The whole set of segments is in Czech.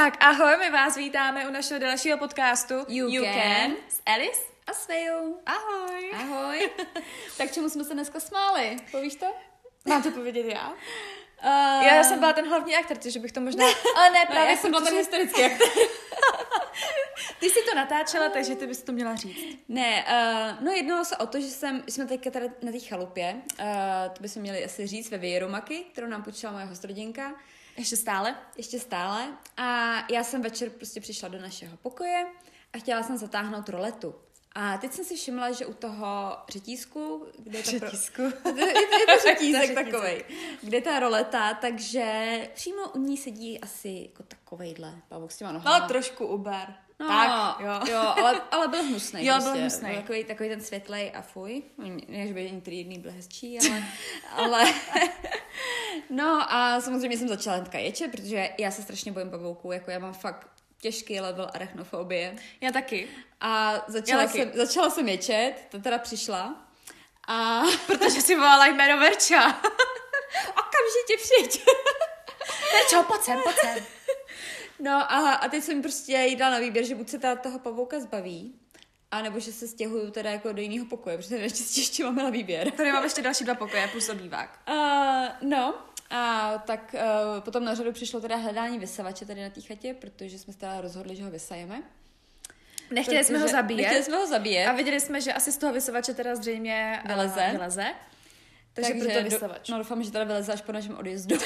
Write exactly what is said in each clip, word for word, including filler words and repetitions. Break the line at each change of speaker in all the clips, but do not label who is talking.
Tak ahoj, my vás vítáme u našeho dalšího podcastu
You, you Can. can
s Alice
a Svejou.
Ahoj.
Ahoj. Tak čemu jsme se dneska smáli? Povíš to?
Mám to povědět já?
Uh...
Já jsem byla ten hlavní aktor, takže bych to možná... Ale ne, právě
no, já jsem byla ten historický aktor.
Ty jsi to natáčela, takže ty bys to měla říct.
Ne, uh, no jednalo se o to, že jsem, jsme teďka tady na té chalupě, uh, to bychom měli asi říct ve Věromaky, kterou nám počítala moje hostrodinka.
Ještě stále?
Ještě stále. A já jsem večer prostě přišla do našeho pokoje a chtěla jsem zatáhnout roletu. A teď jsem si všimla, že u toho řetízku, kde je ta
řetízku.
Pro... je, to, je to řetízek takovej, kde je ta roleta, takže přímo u ní sedí asi jako takovejhle pavouk s těma nohama.
No trošku uber.
No,
tak, jo.
jo ale, ale byl hnusnej.
Jo,
prostě.
byl hnusnej.
Byl takový, takový ten světlej a fuj. Ne, že by některý jiný byl hezčí, ale... ale... no a samozřejmě jsem začala hnedka ječet, protože já se strašně bojím pavouků, jako já mám fakt těžký level arachnofobie.
Já taky.
A začala,
Já taky.
Jsem, začala jsem ječet, to teda přišla. A...
Protože si volala jméno Verča.
Okamžitě přijď.
Verčo, pojď sem, pojď sem.
No a, a teď jsem prostě jí dala na výběr, že buď se ta, toho pavouka zbaví, a nebo že se stěhuju teda jako do jiného pokoje, protože naštěstí ještě máme na výběr.
Tady mám ještě další dva pokoje plus obývák.
Uh, no, a tak uh, potom na řadu přišlo teda hledání vysavače tady na té chatě, protože jsme se teda rozhodli, že ho vysajeme.
Nechtěli
protože,
jsme ho zabíjet.
Nechtěli jsme ho zabíjet.
A viděli jsme, že asi z toho vysavače teda zřejmě
vyleze.
vyleze. Takže, takže proto vysavač.
Do, no doufám, že teda vyleze až po našem odjezdu.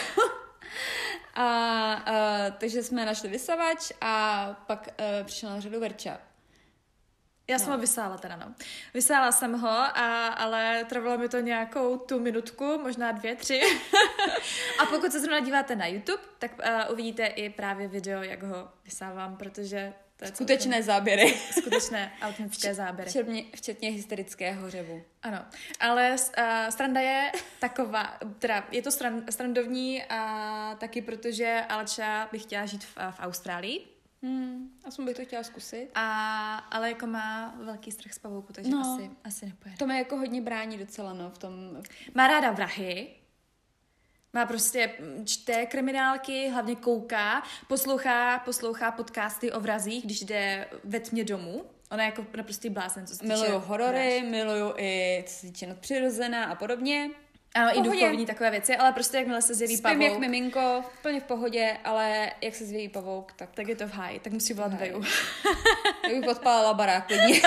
a, uh, takže jsme našli vysavač a pak uh, přišla na řadu Verča.
Já
no.
jsem ho vysála teda, no. Vysála jsem ho, a, ale trvalo mi to nějakou tu minutku, možná dvě, tři. A pokud se zrovna díváte na YouTube, tak uh, uvidíte i právě video, jak ho vysávám, protože to je
skutečné
celkem...
záběry.
Skutečné autentické záběry.
Včetně, včetně hysterického řevu.
Ano, ale uh, stranda je taková, teda je to stran, strandovní a taky protože Alča by chtěla žít v, v Austrálii.
Hmm, a jsem bych to chtěla zkusit.
A, ale jako má velký strach z pavouku, takže
no,
asi, asi nepojede.
To mě jako hodně brání docela, no, v tom...
Má ráda vrahy, má prostě, čte kriminálky, hlavně kouká, poslouchá, poslouchá podcasty o vrazích, když jde ve tmě domů. Ona je jako naprostý blázen, co se týče...
Miluju horory, vraž. Miluju i, co se týče nadpřirozená a podobně.
Ano, i duchovní takové věci, ale prostě jakmile se zjeví
Spím
pavouk...
jak miminko, plně v pohodě, ale jak se zjeví pavouk, tak...
Tak je to v háji, tak musí volat Veju.
Tak bych odpálila barák klidně.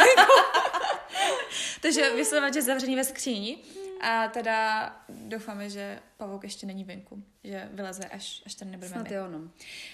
Takže vyslovač je zavřený ve skříni a teda doufáme, že pavouk ještě není venku, že vyleze, až, až ten nebudeme
Snad jo, no.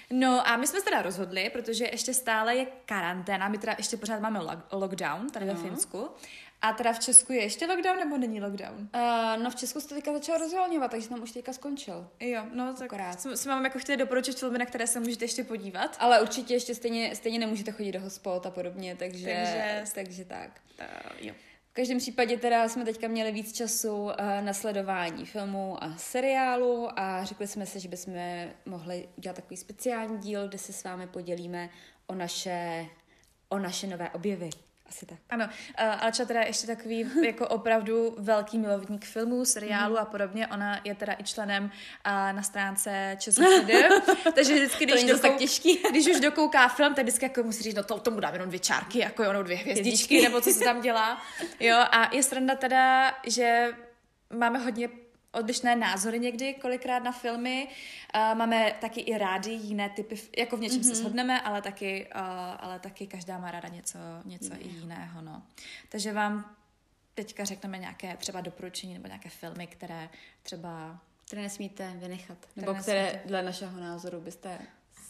No a my jsme se teda rozhodli, protože ještě stále je karanténa, my teda ještě pořád máme lockdown tady ve uh-huh. Finsku. A teda v Česku je ještě lockdown, nebo není lockdown?
Uh, no v Česku se to teďka začalo rozvolňovat, takže tam už teďka skončil.
Jo, no tak si vám jako chtěli doporučit filmy, na které se můžete ještě podívat.
Ale určitě ještě stejně, stejně nemůžete chodit do hospod a podobně, takže,
takže,
takže tak.
Uh, jo.
V každém případě teda jsme teďka měli víc času uh, na sledování filmů a seriálu a řekli jsme si, že bychom mohli udělat takový speciální díl, kde se s vámi podělíme o naše, o naše nové objevy. Asi tak.
Ano, uh, Alča teda ještě takový jako opravdu velký milovník filmů, seriálů mm. a podobně. Ona je teda i členem uh, na stránce ČSFD, takže vždycky, když,
to
dokou...
tak těžký.
když už dokouká film, tak vždycky jako musí říct, no to, tomu dám jenom dvě čárky, jako jo, no dvě hvězdičky, hvězdičky. Nebo co se tam dělá. Jo, a je sranda teda, že máme hodně odlišné názory někdy, kolikrát na filmy. Uh, máme taky i rádi jiné typy, jako v něčem mm-hmm. se shodneme, ale taky, uh, ale taky každá má ráda něco, něco mm. i jiného. No. Takže vám teďka řekneme nějaké třeba doporučení nebo nějaké filmy, které třeba...
Které nesmíte vynechat.
Které
nebo které
nesmíte.
Dle našeho názoru byste...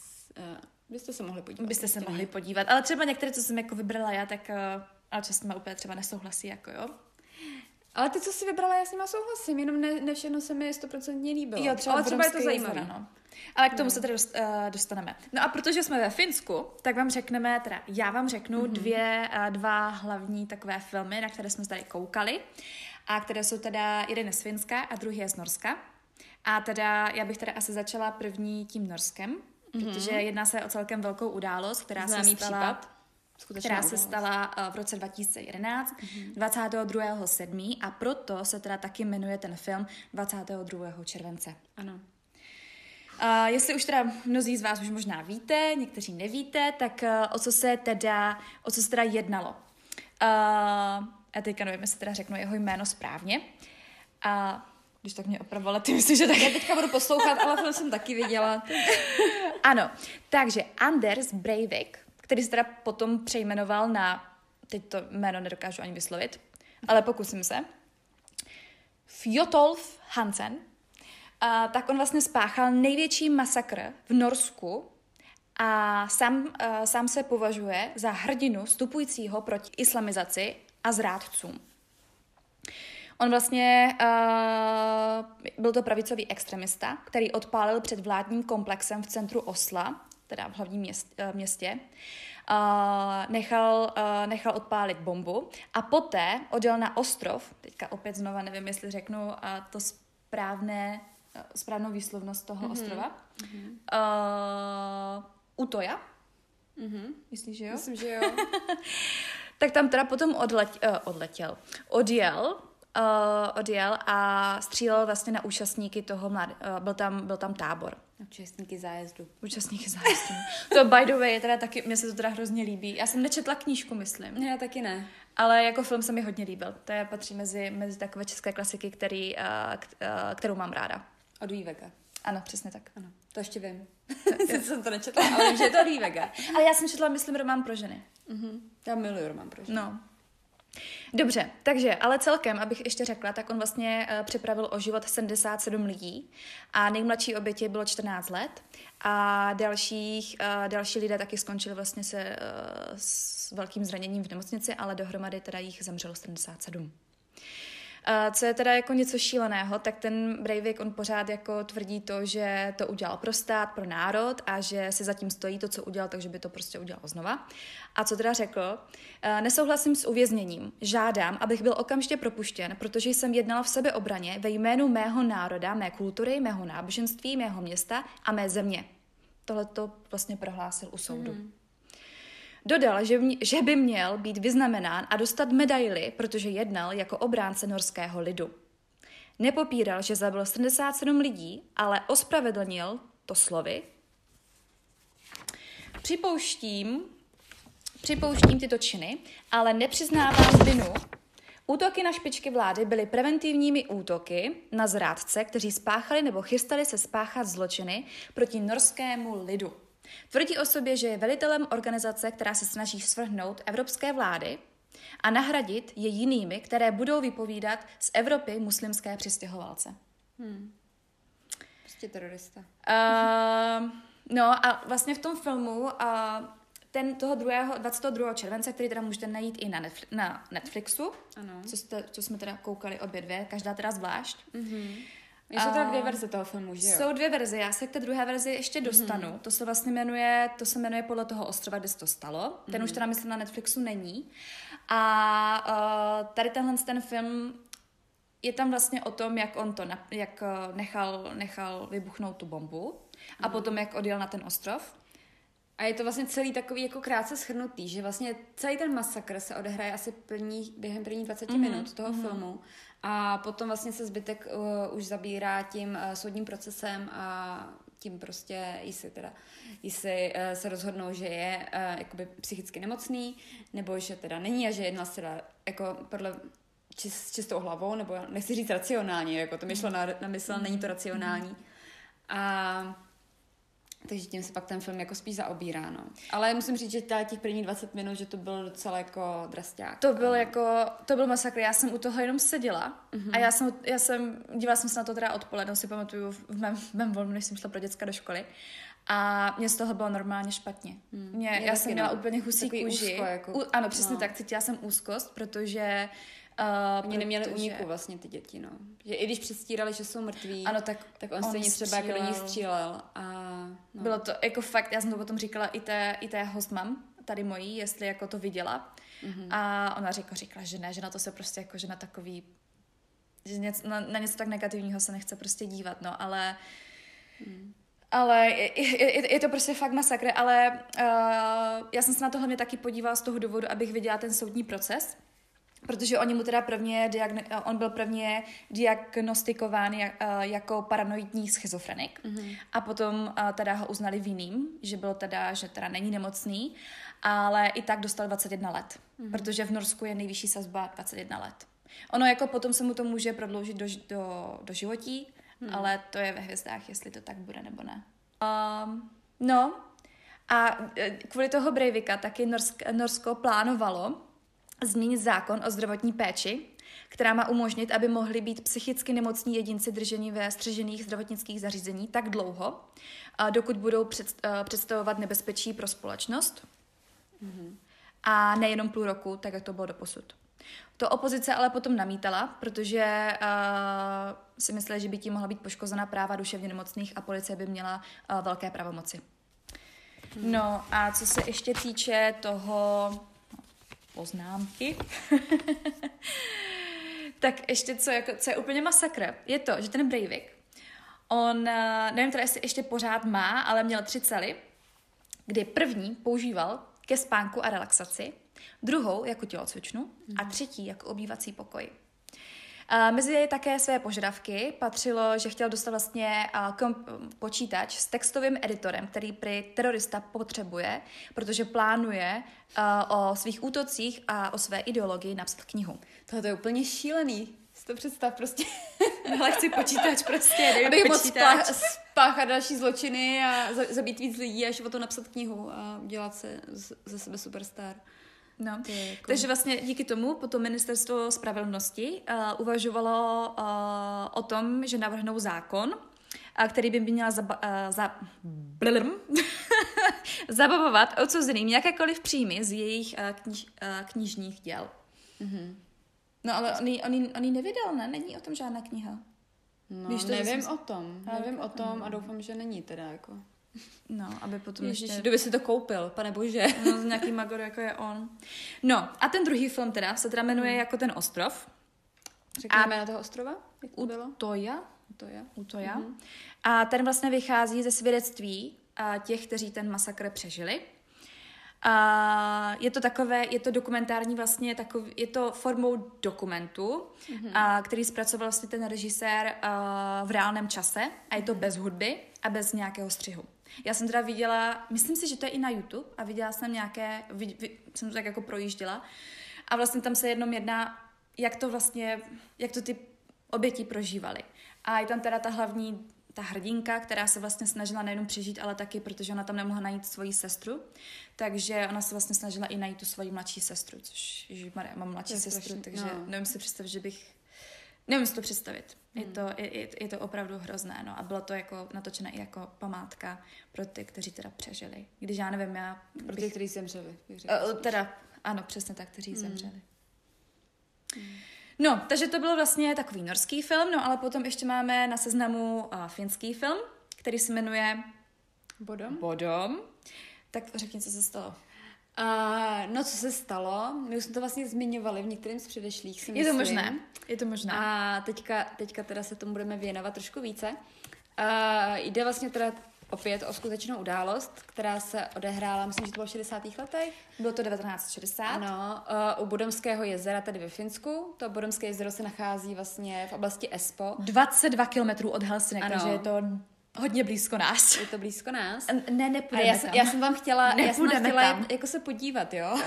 Uh, byste se mohli podívat.
Byste se mohli podívat. Ale třeba některé, co jsem jako vybrala já, tak uh, ale často má úplně třeba nesouhlasí, jako jo.
Ale ty, co jsi vybrala, já s nima souhlasím, jenom ne, ne všechno se mi stoprocentně líbilo.
Jo, třeba
ale třeba je to zajímavé.
No. Ale k tomu no. se tedy dost, uh, dostaneme. No a protože jsme ve Finsku, tak vám řekneme, teda já vám řeknu mm-hmm. dvě, uh, dva hlavní takové filmy, na které jsme tady koukali a které jsou teda, jeden je z Finska a druhý je z Norska. A teda já bych teda asi začala první tím Norskem, mm-hmm. protože jedná se o celkem velkou událost, která
Známý
se stala...
případ.
Skutečná která událost. se stala uh, v roce dva tisíce jedenáct, mm-hmm. dvacátého druhého sedmého a proto se teda taky jmenuje ten film dvacátého druhého července.
Ano.
Uh, jestli už teda mnozí z vás už možná víte, někteří nevíte, tak uh, o co se teda, o co se teda jednalo. Uh, já teďka nevím, jestli teda řeknu jeho jméno správně. A uh, když tak mě opravovala, ty myslíš, že tak...
Já teďka budu poslouchat, ale film jsem taky viděla.
Ano, takže Anders Breivik, který se teda potom přejmenoval na, teď to jméno nedokážu ani vyslovit, ale pokusím se, Fjotolf Hansen, a tak on vlastně spáchal největší masakr v Norsku a sám, a sám se považuje za hrdinu vstupujícího proti islamizaci a zrádcům. On vlastně, uh, byl to pravicový extremista, který odpálil před vládním komplexem v centru Osla, teda v hlavním měst, uh, městě, uh, nechal, uh, nechal odpálit bombu a poté odjel na ostrov, teďka opět znova nevím, jestli řeknu uh, to správné, uh, správnou výslovnost toho mm-hmm. ostrova, mm-hmm. Uh, Utoja,
mm-hmm.
myslíš, že jo?
Myslím, že jo.
Tak tam teda potom odleť, uh, odletěl, odjel, Uh, odjel a střílel vlastně na účastníky toho mlad... Uh, byl, tam, byl tam tábor.
Účastníky zájezdu.
Účastníky zájezdu. To by the way je teda taky, mně se to teda hrozně líbí. Já jsem nečetla knížku, myslím.
Já taky ne.
Ale jako film se mi hodně líbil. To je patří mezi, mezi takové české klasiky, který, uh, k, uh, kterou mám ráda.
Od Vega.
Ano, přesně tak.
Ano, to ještě vím. Sice jsem to nečetla, ale vím, že je to od Vega.
Ale já jsem četla, myslím, román pro ženy.
Uh-huh. Já miluji román pro ženy.
No. Dobře, takže, ale celkem, abych ještě řekla, tak on vlastně uh, připravil o život sedmdesát sedm lidí a nejmladší oběti bylo čtrnáct let a dalších, uh, další lidé taky skončili vlastně se uh, s velkým zraněním v nemocnici, ale dohromady teda jich zemřelo sedmdesát sedm. Uh, co je teda jako něco šíleného, tak ten Breivik, on pořád jako tvrdí to, že to udělal pro stát, pro národ a že si zatím stojí to, co udělal, takže by to prostě udělal znova. A co teda řekl? Uh, nesouhlasím s uvězněním. Žádám, abych byl okamžitě propuštěn, protože jsem jednala v sebeobraně ve jménu mého národa, mé kultury, mého náboženství, mého města a mé země. Tohle to vlastně prohlásil u soudu. Mm. Dodal, že, mě, že by měl být vyznamenán a dostat medaili, protože jednal jako obránce norského lidu. Nepopíral, že zabil sedmdesát sedm lidí, ale ospravedlnil to slovy. Připouštím, připouštím tyto činy, ale nepřiznávám vinu. Útoky na špičky vlády byly preventivními útoky na zrádce, kteří spáchali nebo chystali se spáchat zločiny proti norskému lidu. Tvrdí o sobě, že je velitelem organizace, která se snaží svrhnout evropské vlády a nahradit je jinými, které budou vypovídat z Evropy muslimské přistěhovalce.
Hmm. Prostě terorista.
Uh, no a vlastně v tom filmu uh, ten toho druhého, dvacátého druhého července, který teda můžete najít i na, Netflix, na Netflixu,
ano.
Co, jste, co jsme teda koukali obě dvě, každá teda zvlášť.
Mhm. Jsou teda dvě verze toho filmu, že jo?
Jsou dvě verze, já se k té druhé verzi ještě dostanu. Mm-hmm. To se vlastně jmenuje, to se jmenuje podle toho ostrova, kde se to stalo. Mm-hmm. Ten už teda myslím na Netflixu není. A uh, tady tenhle ten film je tam vlastně o tom, jak on to, na, jak nechal, nechal vybuchnout tu bombu mm-hmm. a potom jak odjel na ten ostrov.
A je to vlastně celý takový jako krátce shrnutý, že vlastně celý ten masakr se odehraje asi první, během prvních dvacet mm-hmm. minut toho mm-hmm. filmu a potom vlastně se zbytek uh, už zabírá tím uh, soudním procesem a tím prostě, jestli teda, jestli uh, se rozhodnou, že je uh, jakoby psychicky nemocný, nebo že teda není a že jedná se teda jako podle čist, čistou hlavou, nebo nechci říct racionálně, jako to mi šlo na, na mysl, mm-hmm. není to racionální. A takže tím se pak ten film jako spíš zaobírá, no. Ale musím říct, že těch prvních dvacet minut, že to byl docela jako drasťák.
To byl jako, to byl masakr, já jsem u toho jenom seděla mm-hmm. a já jsem, já jsem, dívala jsem se na to teda odpoledne, si pamatuju v mém, v mém volnu, než jsem šla pro děcka do školy a mě z toho bylo normálně špatně. Mm. Mě, já jsem měla no. úplně husí kůži. Úzko, jako, U, ano, přesně no. tak, cítila jsem úzkost, protože Uh,
Oni neměli protože... úniku vlastně ty děti, no. Že i když předstírali, že jsou mrtví,
ano, tak,
tak on, on stejně třeba jako do ní střílel. A, no.
Bylo to jako fakt, já jsem to potom říkala i té, i té hostmam, tady mojí, jestli jako to viděla. Mm-hmm. A ona říkala, říkala, že ne, že na to se prostě jako, že na takový, že něco, na, na něco tak negativního se nechce prostě dívat, no, ale mm. ale je, je, je to prostě fakt masakr, ale uh, já jsem se na to hlavně taky podívala z toho důvodu, abych viděla ten soudní proces. protože oni mu teda prvně, diagn- on byl prvně diagnostikován jak, uh, jako paranoidní schizofrenik mm-hmm. a potom uh, teda ho uznali vinným, že byl teda, že teda není nemocný, ale i tak dostal dvacet jedna let, mm-hmm. protože v Norsku je nejvyšší sazba dvacet jedna let. Ono jako potom se mu to může prodloužit do, do, do životí, mm-hmm. ale to je ve hvězdách, jestli to tak bude nebo ne. Um, no a kvůli toho Breivika taky Norsk, Norsko plánovalo změnit zákon o zdravotní péči, která má umožnit, aby mohli být psychicky nemocní jedinci drženi ve střežených zdravotnických zařízení tak dlouho, dokud budou představovat nebezpečí pro společnost. Mm-hmm. A nejenom půl roku, tak jak to bylo doposud. To opozice ale potom namítala, protože uh, si myslela, že by tím mohla být poškozena práva duševně nemocných a policie by měla uh, velké pravomoci. Mm. No a co se ještě týče toho poznámky, tak ještě co, jako, co je úplně masakr, je to, že ten Breivik, on, nevím teda, jestli ještě pořád má, ale měl tři cely, kdy první používal ke spánku a relaxaci, druhou jako tělocvičnu mm. a třetí jako obývací pokoj. Uh, mezi také své požadavky patřilo, že chtěl dostat vlastně uh, kom- počítač s textovým editorem, který prý terorista potřebuje, protože plánuje uh, o svých útocích a o své ideologii napsat knihu.
Tohle je úplně šílený. Si to představ prostě.
Ale chci počítač prostě,
abych moc spá- spáchat další zločiny a zabít víc lidí a až o to napsat knihu a udělat se z- ze sebe superstar.
No, jako... takže vlastně díky tomu potom ministerstvo spravedlnosti uh, uvažovalo uh, o tom, že navrhnou zákon, uh, který by měl zaba- uh, za- zabavovat odsouzeným jakékoliv příjmy z jejich uh, kniž- uh, knižních děl. Mm-hmm. No ale on ji, on, ji, on ji nevydal, ne? Není o tom žádná kniha.
No, Víš to, nevím jsem... o tom, nevím o tom a doufám, že není teda jako...
No, aby potom
Ježiš,
ještě...
kdo by si to koupil, pane bože.
No, nějaký magor, jako je on. No, a ten druhý film teda se teda jmenuje hmm. jako Ten ostrov.
Řekněme jméno toho ostrova? Jak to bylo?
Utoja.
Utoja.
Utoja. Mm-hmm. A ten vlastně vychází ze svědectví a těch, kteří ten masakr přežili. A je to takové, je to dokumentární vlastně, takový, je to formou dokumentu, mm-hmm. a, který zpracoval vlastně ten režisér a, v reálném čase a je to bez hudby a bez nějakého střihu. Já jsem teda viděla, myslím si, že to je i na YouTube a viděla jsem nějaké, vid, vid, jsem to tak jako projížděla a vlastně tam se jednom jedná, jak to vlastně, jak to ty oběti prožívali. A je tam teda ta hlavní, ta hrdinka, která se vlastně snažila nejenom přežít, ale taky, protože ona tam nemohla najít svoji sestru, takže ona se vlastně snažila i najít tu svoji mladší sestru, což, ježišmarja, mám mladší je sestru, strašný, takže no. nevím si představit, že bych, nevím si to představit. Je to, je, je to opravdu hrozné, no. A bylo to jako natočené i jako památka pro ty, kteří teda přežili. Když já nevím, já...
Pro ty, kteří zemřeli.
Uh, teda, ano, přesně tak, kteří mm. zemřeli. Mm. No, takže to byl vlastně takový norský film, no ale potom ještě máme na seznamu uh, finský film, který se jmenuje...
Bodom.
Bodom. Tak řekni, co se stalo.
Uh, no, co se stalo? My už jsme to vlastně zmiňovali v některým z předešlých, si
myslím. Je to možné, je to možné.
A teďka, teďka teda se tomu budeme věnovat trošku více. Uh, jde vlastně teda opět o skutečnou událost, která se odehrála, myslím, že to bylo v šedesátých letech.
Bylo to devatenáct šedesát.
Ano, uh, u Bodomského jezera, tady ve Finsku. To Bodomské jezero se nachází vlastně v oblasti Espoo.
dvacet dva kilometrů od Helsinek, ano. Takže je to... hodně blízko nás.
Je to blízko nás.
Ne, nepůjdeme
já,
tam.
Já jsem tam chtěla, já jsem tam chtěla tam. jako se podívat, jo.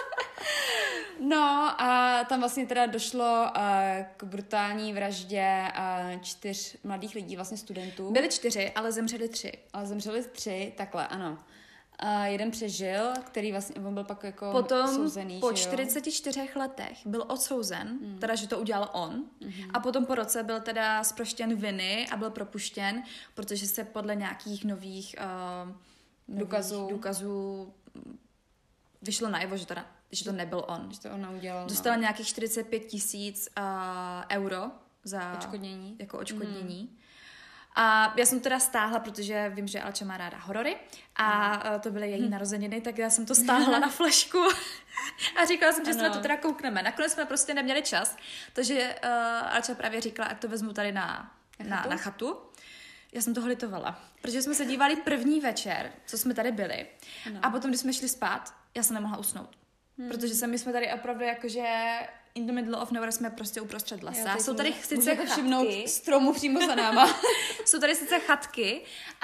No a tam vlastně teda došlo uh, k brutální vraždě uh, čtyř mladých lidí, vlastně studentů.
Byli čtyři, ale zemřeli tři.
Ale zemřeli tři, takhle, ano. Uh, jeden přežil, který vlastně, on byl pak jako
potom
souzený,
po čtyřiceti čtyřech letech byl odsouzen, mm. teda, že to udělal on, mm-hmm. a potom po roce byl teda zproštěn viny a byl propuštěn, protože se podle nějakých nových, uh, nových důkazů. důkazů vyšlo najevo, že, teda, že to nebyl on.
Že to on neudělal.
Dostal
no.
nějakých čtyřicet pět tisíc uh, euro za
odškodnění.
Jako odškodnění. Mm. A já jsem to teda stáhla, protože vím, že Alča má ráda horory a mm. to byly její narozeniny, tak já jsem to stáhla na flašku a říkala jsem, že ano. se na to teda koukneme. Nakonec jsme prostě neměli čas, takže uh, Alča právě říkala, ať to vezmu tady na, na, na chatu. Já jsem toho litovala, protože jsme se dívali první večer, co jsme tady byli, ano. a potom, když jsme šli spát, já jsem nemohla usnout. Hmm. Protože se my jsme tady opravdu jakože in the middle of nowhere, jsme prostě uprostřed lesa.
Jo,
jsou tady
může,
sice chatky.
Stromu přímo za náma.
Jsou tady sice chatky,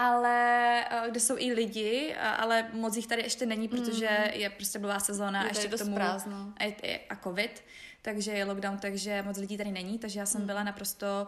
ale kde jsou i lidi, ale moc jich tady ještě není, protože mm. je prostě blbá sezóna a ještě k tomu
prázdno.
A, a covid, takže je lockdown, takže moc lidí tady není, takže já jsem mm. byla naprosto...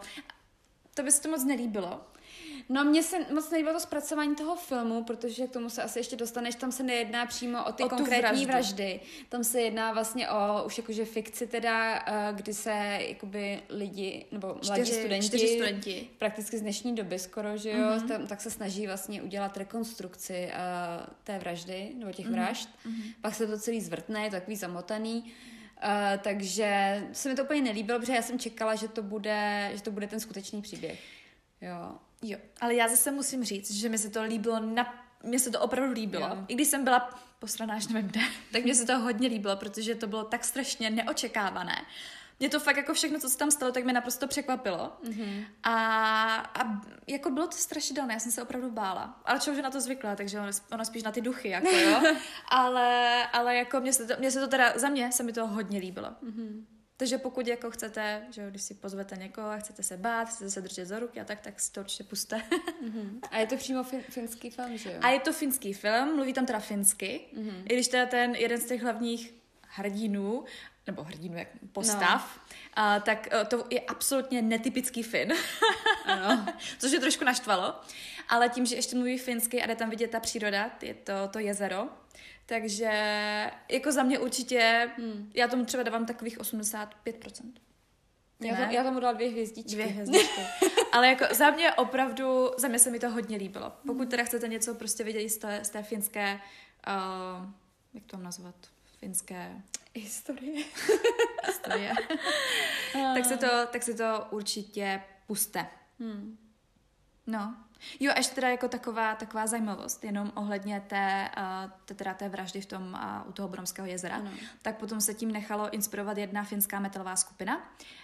To by se to moc nelíbilo.
No mně se moc nelíbilo to zpracování toho filmu, protože k tomu se asi ještě dostaneš, tam se nejedná přímo o ty o konkrétní vraždy. Tam se jedná vlastně o už jakože fikci teda, kdy se jakoby lidi, nebo mladí
čtyři,
studenti,
čtyři studenti,
prakticky z dnešní doby skoro, že jo, mm-hmm. tam, tak se snaží vlastně udělat rekonstrukci uh, té vraždy, nebo těch mm-hmm. vražd. Mm-hmm. Pak se to celý zvrtne, je to takový zamotaný. Uh, takže se mi to úplně nelíbilo, protože já jsem čekala, že to bude, že to bude ten skutečný příběh. Jo.
Jo, ale já zase musím říct, že mi se to líbilo, na... mně se to opravdu líbilo.
Jo.
I když jsem byla posraná, až nevím kde, tak mně se to hodně líbilo, protože to bylo tak strašně neočekávané. Mě to fakt jako všechno, co se tam stalo, tak mě naprosto překvapilo. Mm-hmm. A, a jako bylo to strašidelné, já jsem se opravdu bála. Ale člověk je na to zvyklá, takže ona spíš na ty duchy, jako jo. ale, ale jako mně se, to, mně se to teda, za mě se mi to hodně líbilo. Mm-hmm. Takže pokud jako chcete, že jo, když si pozvete někoho a chcete se bát, chcete se držet za ruky a tak, tak si to určitě puste.
Mm-hmm. A je to přímo fin- finský film, že jo?
A je to finský film, mluví tam teda finsky, mm-hmm. i když teda ten jeden z těch hlavních hrdinů, nebo hrdinů jak postav, no. a, tak to je absolutně netypický Fin. Ano. Což je trošku naštvalo. Ale tím, že ještě mluví finsky a jde tam vidět ta příroda, je to, to jezero, takže jako za mě určitě, hmm. já tomu třeba dávám takových osmdesát pět procent.
Já, to, já tomu dala dvě hvězdičky.
Dvě hvězdičky. Ale jako za mě opravdu, za mě se mi to hodně líbilo. Pokud teda chcete něco prostě vidět z té, z té finské, uh, jak to mám nazvat, finské...
Historie.
Historie. tak, se to, tak se to určitě puste. Hmm. No. Jo, ještě teda jako taková, taková zajímavost, jenom ohledně té, uh, teda té vraždy v tom, uh, u toho Bodomského jezera, ano. Tak potom se tím nechalo inspirovat jedna finská metalová skupina uh,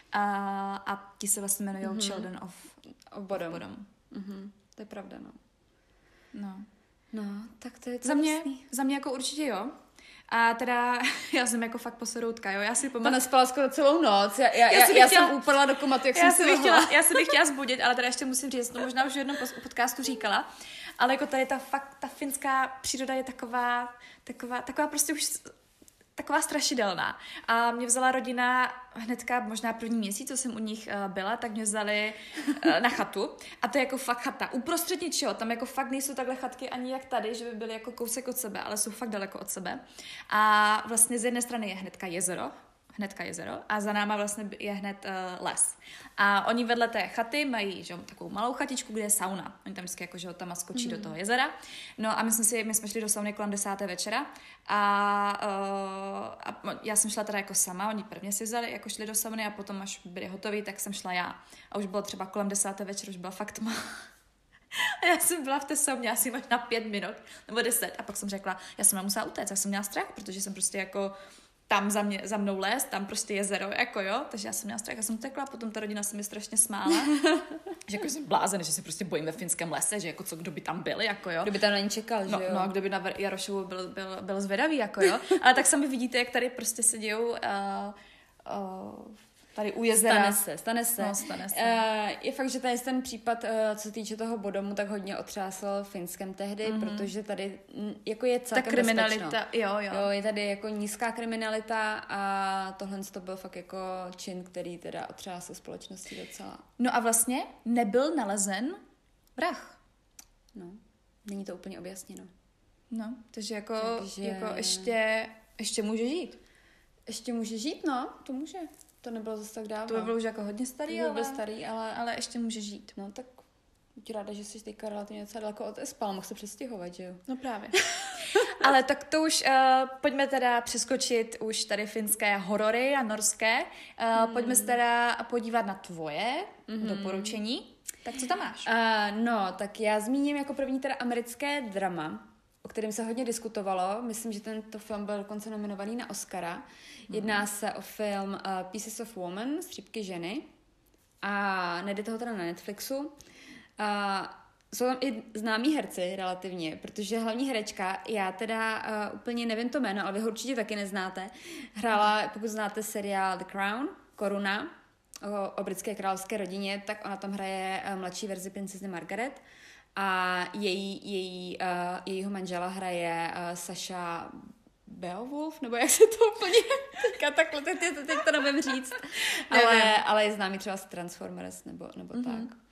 a ti se vlastně jmenují mm-hmm. Children of,
of Bodom.
Bodom.
Mm-hmm. To je pravda, no.
No.
No, tak to je to
za mě, za mě jako určitě jo. A teda já jsem jako fakt posedoutka, jo, já si pamatuju.
To nespala skoro celou noc, já, já, já, já chtěla, jsem upadla do komatu, jak
já
jsem
si chtěla, Já jsem bych chtěla zbudit, ale teda ještě musím říct, to možná už v jednom podcastu říkala, ale jako tady ta fakt, ta finská příroda je taková, taková, taková prostě už taková strašidelná. A mě vzala rodina hnedka, možná první měsíc, co jsem u nich uh, byla, tak mě vzali uh, na chatu. A to je jako fakt chata. Uprostřed ničeho. Tam jako fakt nejsou takhle chatky ani jak tady, že by byly jako kousek od sebe, ale jsou fakt daleko od sebe. A vlastně z jedné strany je hnedka jezero, hnedka jezero a za náma vlastně je hned uh, les. A oni vedle té chaty mají, že, takovou malou chatičku, kde je sauna. Oni tam vždycky jako, že tam skočí mm. do toho jezera. No a my jsme si, my jsme šli do sauny kolem desáté večera a, uh, a já jsem šla teda jako sama, oni prvně si vzali, jako šli do sauny a potom, až byli hotoví, tak jsem šla já. A už bylo třeba kolem desáté večera, už byla fakt tma. A já jsem byla v té sauně asi možná pět minut, nebo deset. A pak jsem řekla, já jsem musela utéct, já jsem měla strach, protože jsem prostě jako tam za, mě, za mnou les, tam prostě jezero, jako jo, takže já jsem měla strach, já jsem utekla, potom ta rodina se mi strašně smála, že jako jsem blázen, že se prostě bojím ve finském lese, že jako co, kdo by tam byl, jako jo.
Kdo by tam na ní čekal,
no,
že jo.
No, kdo by na Jarošovu byl, byl, byl zvědavý, jako jo, ale tak sami vidíte, jak tady prostě se dějou uh, uh, tady u jezera.
Stane se, stane se.
No, stane se.
Uh, je fakt, že tady ten případ, uh, co se týče toho Bodomu, tak hodně otřásl Finskem tehdy, mm-hmm. protože tady m, jako je celkem
ta kriminalita,
bezpečno.
jo, jo.
Jo, je tady jako nízká kriminalita a tohle to byl fakt jako čin, který teda otřásl společností docela.
No a vlastně nebyl nalezen vrah.
No, není to úplně objasněno.
No, takže jako,
takže...
jako ještě, ještě může žít.
Ještě může žít, no, to může. To nebylo zase tak dávno.
To by bylo už jako hodně starý,
to by
ale,
starý, ale...
ale ještě může žít.
No tak buď ráda, že jsi teďka relativně docela daleko od Espal, mohl se přestěhovat, že jo?
No právě. Ale tak to už, uh, pojďme teda přeskočit už tady finské horory a norské. Uh, hmm. Pojďme se teda podívat na tvoje hmm. doporučení. Tak co tam máš?
Uh, no, tak já zmíním jako první teda americké drama, o kterém se hodně diskutovalo. Myslím, že tento film byl dokonce nominovaný na Oscara. Jedná se o film uh, Pieces of Woman, Střípky ženy. A nejde toho teda na Netflixu. Uh, jsou tam i známí herci relativně, protože hlavní herečka, já teda uh, úplně nevím to jméno, ale vy ho určitě taky neznáte, hrála, pokud znáte seriál The Crown, Koruna, o, o britské královské rodině, tak ona tam hraje uh, mladší verzi princezny Margaret a její, její, uh, jejího manžela hraje uh, Saša Beowulf, nebo jak se to úplně teďka takhle, teď, teď, teď to nevím říct, ale, ale je známý třeba z Transformers nebo, nebo mm-hmm. tak.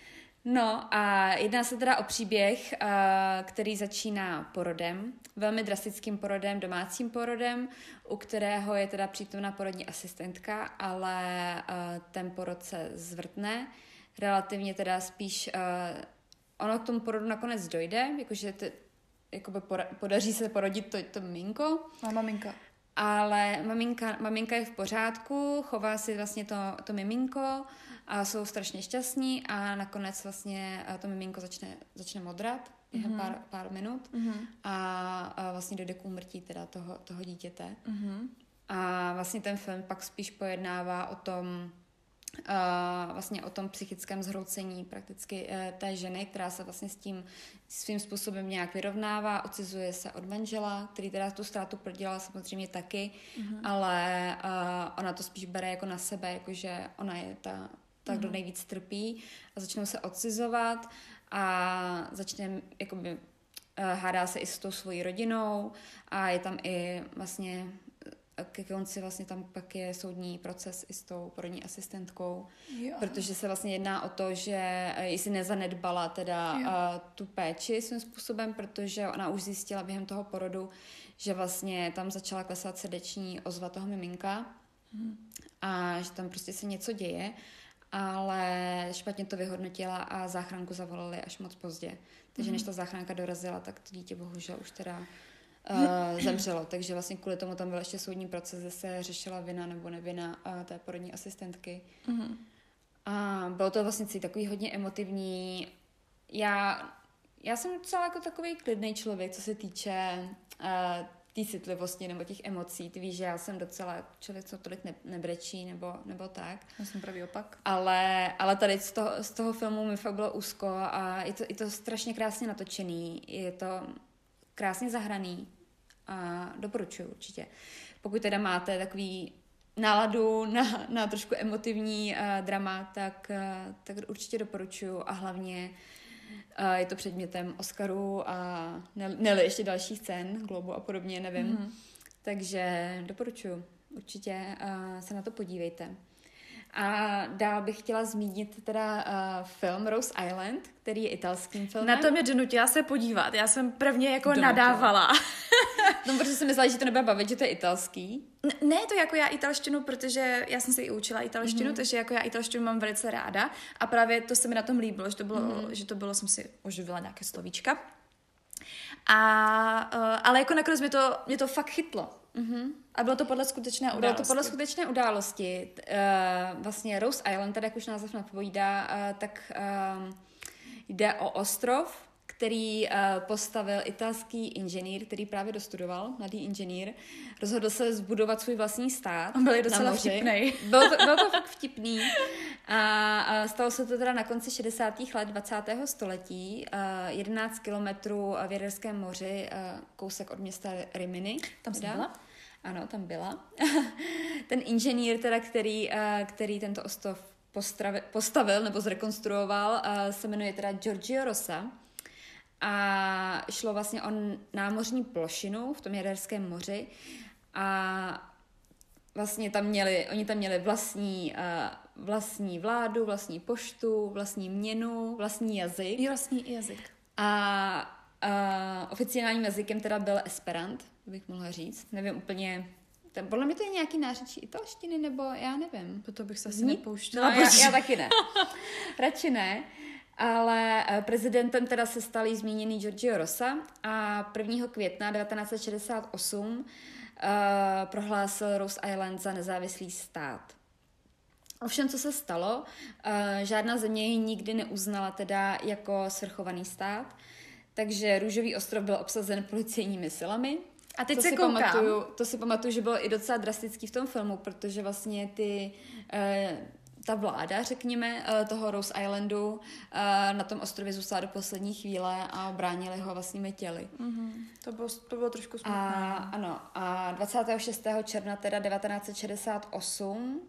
No a jedná se teda o příběh, uh, který začíná porodem, velmi drastickým porodem, domácím porodem, u kterého je teda přítomná porodní asistentka, ale uh, ten porod se zvrtne, relativně teda spíš, uh, ono k tomu porodu nakonec dojde, jakože t- jakoby podaří se porodit to, to miminko.
Má maminka.
Ale maminka, maminka je v pořádku, chová si vlastně to, to miminko a jsou strašně šťastní a nakonec vlastně to miminko začne, začne modrat během mm-hmm. pár, pár minut mm-hmm. a, a vlastně dojde k úmrtí teda toho, toho dítěte. Mm-hmm. A vlastně ten film pak spíš pojednává o tom, Uh, vlastně o tom psychickém zhroucení prakticky uh, té ženy, která se vlastně s tím svým způsobem nějak vyrovnává, odcizuje se od manžela, který teda tu ztrátu prodělala samozřejmě taky, mm-hmm. ale uh, ona to spíš bere jako na sebe, jakože ona je ta, ta kdo mm-hmm. nejvíc trpí a začnou se odcizovat a začne jakoby uh, hádá se i s tou svojí rodinou a je tam i vlastně ke konci vlastně tam pak je soudní proces i s tou porodní asistentkou, jo. Protože se vlastně jedná o to, že jestli nezanedbala teda uh, tu péči svým způsobem, protože ona už zjistila během toho porodu, že vlastně tam začala klesat srdeční ozva toho miminka hmm. a že tam prostě se něco děje, ale špatně to vyhodnotila a záchranku zavolali až moc pozdě. Takže hmm. než ta záchranka dorazila, tak to dítě bohužel už teda Uh, zemřelo, takže vlastně kvůli tomu tam byl ještě soudní proces, kde se řešila vina nebo nevina uh, té porodní asistentky. Mm-hmm. A bylo to vlastně celý takový hodně emotivní. Já, já jsem docela jako takový klidný člověk, co se týče uh, té citlivosti nebo těch emocí. Ty víš, že já jsem docela člověk, co tolik ne, nebrečí nebo, nebo tak.
Já jsem pravý opak.
Ale, ale tady z toho, z toho filmu mi fakt bylo úzko a je to, je to strašně krásně natočený. Je to krásně zahraný a doporučuji určitě. Pokud teda máte takový náladu na, na trošku emotivní uh, drama, tak, uh, tak určitě doporučuji a hlavně uh, je to předmětem Oscaru a ne, ne ještě dalších cen, Globu a podobně, nevím. Mm-hmm. Takže doporučuji. Určitě uh, se na to podívejte. A dál bych chtěla zmínit teda uh, film Rose Island, který je italským filmem.
Na to mě donutila se podívat. Já jsem prvně jako donutila. nadávala.
No, protože jsem myslela, že to nebude bavit, že to je italský.
Ne, to jako já italštinu, protože já jsem se i učila italštinu, mm-hmm. takže jako já italštinu mám velice ráda. A právě to se mi na tom líbilo, že to bylo, mm-hmm. že to bylo, jsem si uživila nějaké slovíčka. A, uh, ale jako nakonec mě to, mě to fakt chytlo. Mm-hmm. A bylo to podle skutečné události.
Bylo to podle skutečné události. Uh, vlastně Rose Island, tady jak už název napovídá, uh, tak uh, jde o ostrov, který uh, postavil italský inženýr, který právě dostudoval, mladý inženýr. Rozhodl se zbudovat svůj vlastní stát.
On byl docela vtipnej.
Bylo to, bylo to fakt vtipný. A, a stalo se to teda na konci šedesátých let dvacátého století. Uh, jedenáct kilometrů v Jaderském moři, uh, kousek od města Rimini.
Tam jsi byla?
Ano, tam byla. Ten inženýr, teda, který, uh, který tento ostrov postavil, postavil nebo zrekonstruoval, uh, se jmenuje teda Giorgio Rosa. A šlo vlastně o námořní plošinu v tom Jaderském moři a vlastně tam měli, oni tam měli vlastní, uh, vlastní vládu, vlastní poštu, vlastní měnu, vlastní jazyk.
I vlastní jazyk.
A uh, oficiálním jazykem teda byl Esperant, bych mohla říct. Nevím úplně, tam, podle mě to je nějaký nářečí italštiny, nebo já nevím.
To bych se asi nepouštěla.
No, já, já taky ne. Radši ne. Ale prezidentem teda se stal jí zmíněný Giorgio Rosa a prvního května devatenáct set šedesát osm uh, prohlásil Rose Island za nezávislý stát. Ovšem, co se stalo, uh, žádná země ji nikdy neuznala teda jako svrchovaný stát, takže Růžový ostrov byl obsazen policejními silami.
A teď
to
se
si
koukám.
Pamatuju, to si pamatuju, že bylo i docela drastický v tom filmu, protože vlastně ty... Uh, ta vláda, řekněme, toho Rose Islandu na tom ostrově zůstala do poslední chvíle a bránili ho vlastními těly.
Mm-hmm. To, bylo, to bylo trošku smutné.
A, ano, a dvacátého šestého června teda devatenáct set šedesát osm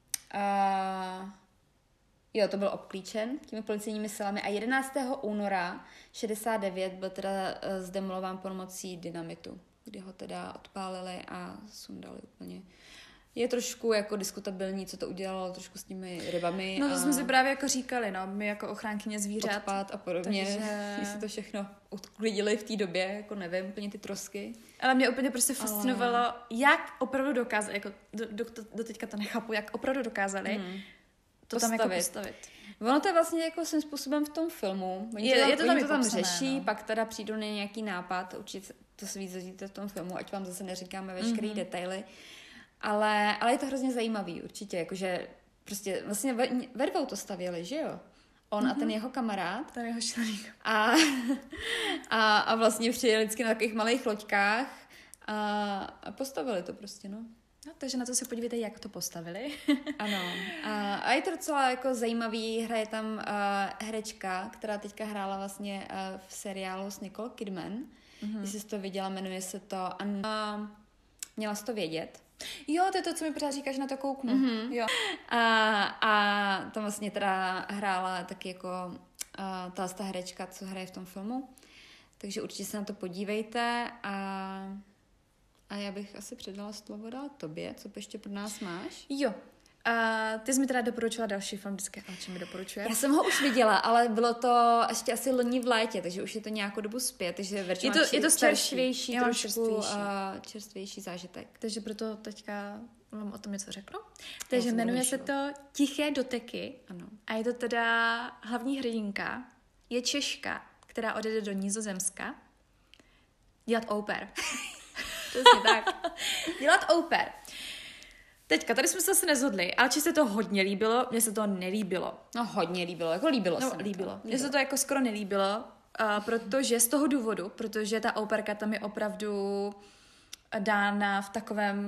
a, jo, to byl obklíčen těmi policejními silami a jedenáctého února šedesát devět byl teda zdemolován pomocí dynamitu, kdy ho teda odpálili a sundali úplně. Je trošku jako diskutabilní, co to udělalo trošku s těmi rybami.
No to
a
jsme si právě jako říkali, no, my jako ochránkyně zvířat.
Odpad a podobně,
takže...
jestli to všechno odklidili v té době, jako nevím, úplně ty trosky.
Ale mě úplně prostě fascinovalo, ale... jak opravdu dokázali, jako do, do, do teďka to nechápu, jak opravdu dokázali hmm. to postavit. tam jako postavit.
Ono to je vlastně jako svým způsobem v tom filmu. Oni
je,
to tam,
je to tam,
to tam
popsané,
řeší,
no.
Pak teda přijdou na nějaký nápad, určitě to se víc dozvíte v tom filmu, ať vám zase neříkáme veškerý mm-hmm. detaily. Ale, ale je to hrozně zajímavý, určitě, jakože prostě vlastně ve, ve dvou to stavěli, že jo? On mm-hmm. a ten jeho kamarád.
Ten jeho členík.
A, a, a vlastně přijeli vždycky na takových malých loďkách a, a postavili to prostě, no.
No, takže na to se podívejte, jak to postavili.
Ano. A, a je to docela jako zajímavý, hraje tam uh, herečka, která teďka hrála vlastně uh, v seriálu s Nicole Kidman. Mm-hmm. Jestli jsi to viděla, jmenuje se to Anna... Měla jsi to vědět.
Jo, to je to, co mi pořád říkáš, na to kouknu.
Mm-hmm.
Jo.
A, a tam vlastně teda hrála taky jako a, ta, ta herečka, co hraje v tom filmu. Takže určitě se na to podívejte a, a já bych asi předala slovo dál tobě. Co ještě pro nás máš?
Jo. A ty jsi mi teda doporučila další film, vždycky, ale co mi doporučuje?
Já jsem ho už viděla, ale bylo to ještě asi loni v létě, takže už je to nějakou dobu zpět, takže
je to, je to
čerstvější,
trošku
čerstvější. Uh, čerstvější zážitek.
Takže proto teďka vám o tom něco řeknu. Takže jmenuje se to Tiché doteky.
Ano.
A je to teda hlavní hrdinka, je Češka, která odjede do Nizozemska dělat au pair.
Přesně tak.
Dělat au pair. Teďka, tady jsme se asi nezhodli, ale či se to hodně líbilo, mně se to nelíbilo.
No hodně líbilo, jako líbilo
no,
se
líbilo. Mně se to jako skoro nelíbilo, uh, protože z toho důvodu, protože ta operka tam je opravdu dána v takovém,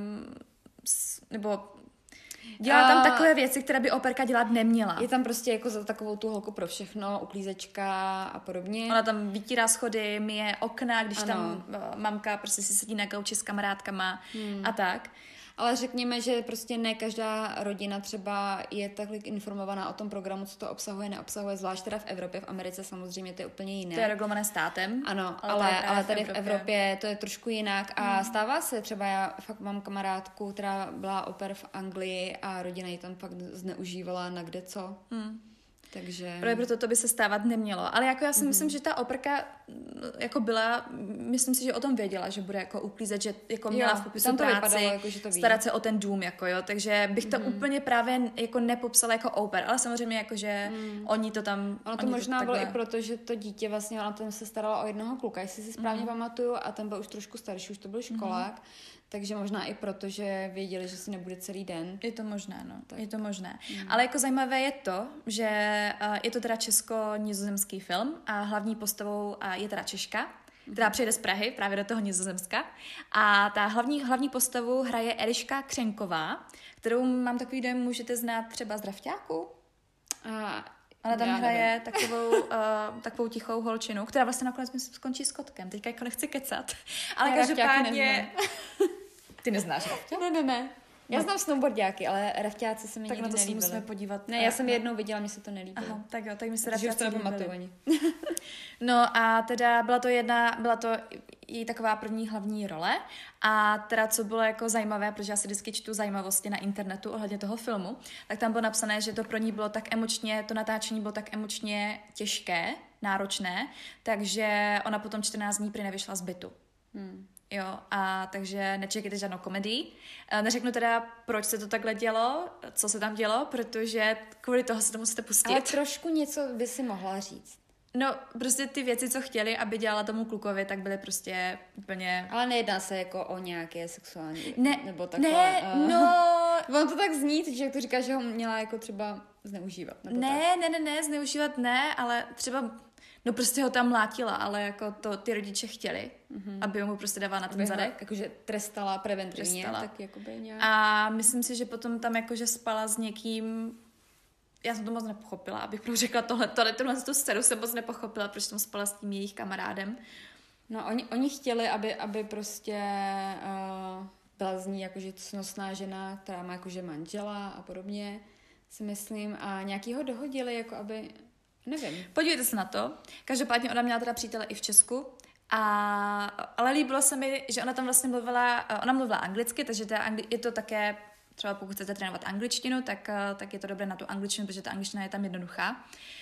nebo dělá tam takové věci, které by operka dělat neměla.
Je tam prostě jako za takovou tu holku pro všechno, uklízečka a podobně.
Ona tam vytírá schody, myje okna, když
ano.
tam uh, mamka prostě si sedí na gauči s kamarádkama hmm. a tak.
Ale řekněme, že prostě ne každá rodina třeba je takhle informovaná o tom programu, co to obsahuje, neobsahuje, zvlášť teda v Evropě, v Americe samozřejmě to je úplně jiné.
To je regulované státem.
Ano, ale, ale, ale tady v Evropě. v Evropě to je trošku jinak a hmm. stává se, třeba já fakt mám kamarádku, která byla oper v Anglii a rodina ji tam fakt zneužívala na kde co. Hmm. Takže...
Právě proto to by se stávat nemělo. Ale jako já si mm-hmm. myslím, že ta operka jako byla, myslím si, že o tom věděla, že bude jako uklízet, že jako měla jo, v popisu práci, vypadalo, jako, že to ví. Starat se o ten dům, jako jo, takže bych to mm-hmm. úplně právě jako nepopsala jako au pair, ale samozřejmě jako, že mm. oni to tam...
Ono to možná to bylo i proto, že to dítě vlastně, ona tam se starala o jednoho kluka, jestli si správně mm. pamatuju, a ten byl už trošku starší, už to byl školák, mm. takže možná i proto, že věděli, že si nebude celý den.
Je to možné, no. Tak. Je to možné. Mm. Ale jako zajímavé je to, že uh, je to teda česko-nizozemský film a hlavní postavou uh, je teda Češka, která přijede z Prahy právě do toho Nizozemska. A ta hlavní, hlavní postavu hraje Eliška Křenková, kterou mám takový dojem, můžete znát třeba z Drafťáku.
A
ona tam hraje takovou, uh, takovou tichou holčinu, která vlastně nakonec skončí s kotkem. Teďka jako nechci kecat. Ale
já
každopádně... Ty neznáš Rafťák?
Ne, ne, ne. Já no. znám snowboardiáky, ale rafťáci se mi
tak
nikdy nelíbily. Tak
na to se musíme podívat.
Ne, já jsem jednou viděla, mně se to nelíbilo.
Aha, tak jo, tak mi se
rafťáci líbily.
No a teda byla to jedna, byla to její taková první hlavní role a teda co bylo jako zajímavé, protože já si vždycky čtu zajímavosti na internetu ohledně toho filmu, tak tam bylo napsané, že to pro ní bylo tak emočně, to natáčení bylo tak emočně těžké, náročné, takže ona potom čtrnáct dní prý nevyšla z bytu. Hmm. Jo, a takže nečekejte žádnou komedii. Neřeknu teda, proč se to takhle dělo, co se tam dělo, protože kvůli toho se to musíte pustit.
Ale trošku něco by si mohla říct.
No, prostě ty věci, co chtěli, aby dělala tomu klukovi, tak byly prostě úplně...
Ale nejedná se jako o nějaké sexuální...
Ne,
nebo takhle,
ne, uh... no...
On to tak zní, že jak to říká, že ho měla jako třeba zneužívat. Nebo
ne,
tak.
ne, ne, ne, zneužívat ne, ale třeba... No prostě ho tam mlátila, ale jako to ty rodiče chtěli, mm-hmm. aby mu prostě dávala na ten zadek.
Jakože trestala preventivně.
Trestala.
Tak jakoby nějak...
A myslím si, že potom tam jakože spala s někým, já jsem to moc nepochopila, abych pro řekla tohle, tohle, tohle tu scénu jsem moc nepochopila, proč jsem spala s tím jejich kamarádem.
No, oni, oni chtěli, aby, aby prostě uh, byla z ní jakože cnostná žena, která má jakože manžela a podobně, si myslím, a nějaký ho dohodili, jako aby, nevím.
Podívejte se na to. Každopádně ona měla teda přítele i v Česku, a, ale líbilo se mi, že ona tam vlastně mluvila, ona mluvila anglicky, takže ta angli, je to také, třeba pokud chcete trénovat angličtinu, tak, tak je to dobré na tu angličtinu, protože ta angličtina je tam jednoduchá.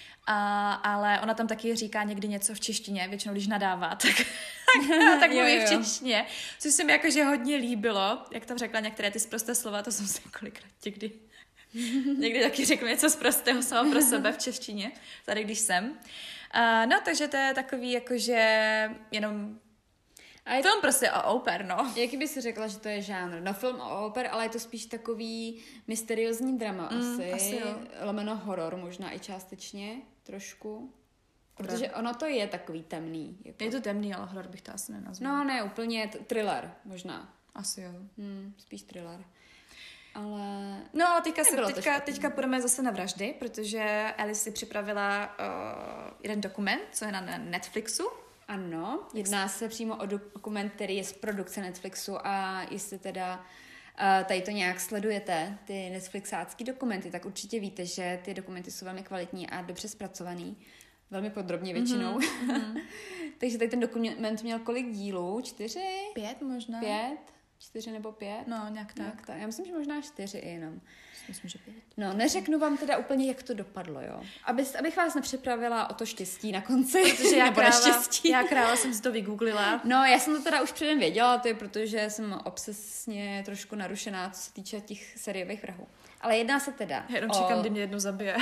A, ale ona tam taky říká někdy něco v češtině, většinou když nadává, tak, tak, tak mluví v češtině, což se mi jakože hodně líbilo, jak tam řekla některé ty sprosté slova, to jsem si kolikrát někdy, někdy taky řeknu něco sprostého sama pro sebe v češtině, tady když jsem. Uh, no, takže to je takový jakože jenom a je film to prostě o oper, no.
Jaký bys řekla, že to je žánr? No, film o oper, ale je to spíš takový mysteriózní drama mm, asi.
asi jo.
Lomeno horor možná i částečně, trošku. Protože ono to je takový temný. Jako.
Je to temný, ale horor bych to asi nenazvala.
No, ne, úplně t- thriller možná.
Asi jo.
Hmm, spíš thriller. Ale...
No a teďka, se, teďka, teďka půjdeme zase na vraždy, protože Alice si připravila uh, jeden dokument, co je na Netflixu.
Ano, jedná se přímo o dokument, který je z produkce Netflixu a jestli teda uh, tady to nějak sledujete, ty Netflixácký dokumenty, tak určitě víte, že ty dokumenty jsou velmi kvalitní a dobře zpracovaný. Velmi podrobně většinou. Mm-hmm. Takže tady ten dokument měl kolik dílů? Čtyři?
Pět možná.
Pět? Čtyři nebo pět?
No, nějak tak.
Nějak tak. Já myslím, že možná čtyři jenom.
Myslím, že pět.
No, neřeknu vám teda úplně, jak to dopadlo, jo. Aby, abych vás nepřipravila o to štěstí na konci.
Protože já krála,
štěstí.
já krála jsem si to vygooglila.
No, já jsem to teda už předem věděla, to je protože jsem obsesně trošku narušená, co se týče těch sériových vrahů. Ale jedná se teda
Jenom
o...
čekám, kdy mě jedno zabije.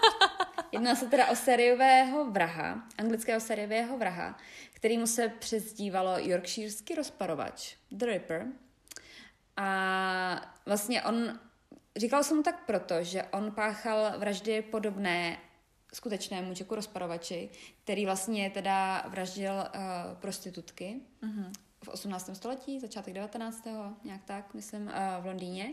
Jedná se teda o sériového vraha, anglického sériového vraha, kterýmu se přezdívalo Yorkshireský rozparovač, The Ripper. A vlastně on, říkal jsem mu tak proto, že on páchal vraždy podobné skutečnému Jacku rozparovači, který vlastně teda vraždil uh, prostitutky mm-hmm. v osmnáctém století, začátek devatenáctého nějak tak, myslím, uh, v Londýně.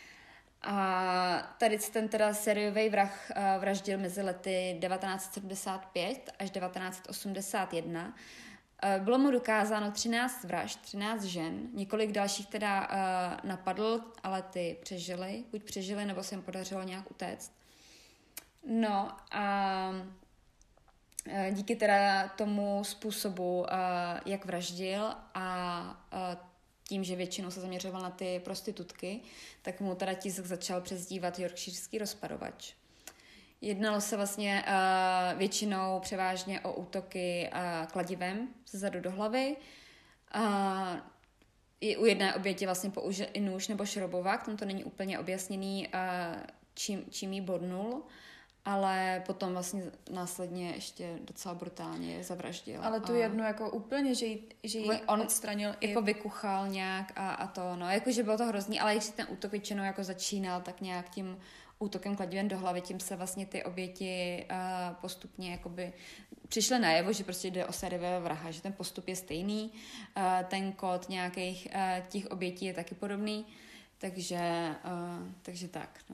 A tady ten teda sériový vrah uh, vraždil mezi lety devatenáct sedmdesát pět až devatenáct osmdesát jedna. Uh, bylo mu dokázáno třináct vražd, třináct žen, několik dalších teda uh, napadl, ale ty přežili, buď přežili, nebo se jim podařilo nějak utéct. No a uh, díky teda tomu způsobu, uh, jak vraždil a uh, tím, že většinou se zaměřoval na ty prostitutky, tak mu teda tisk začal přezdívat Yorkshireský rozparovač. Jednalo se vlastně uh, většinou převážně o útoky uh, kladivem zezadu do hlavy. Uh, I u jedné oběti vlastně použil i nůž nebo šrobovák, tam to není úplně objasněný, uh, čím, čím jí bodnul, ale potom vlastně následně ještě docela brutálně zavraždil.
Ale tu jednu jako úplně, že ji, že ji
on
odstranil
jako
i...
vykuchal nějak a, a to, no, jakože bylo to hrozný, ale když si ten útok většinou jako začínal, tak nějak tím útokem kladivem do hlavy, tím se vlastně ty oběti uh, postupně jakoby přišly najevo, že prostě jde o sériového vraha, že ten postup je stejný, uh, ten kód nějakých uh, těch obětí je taky podobný, takže, uh, takže tak, no.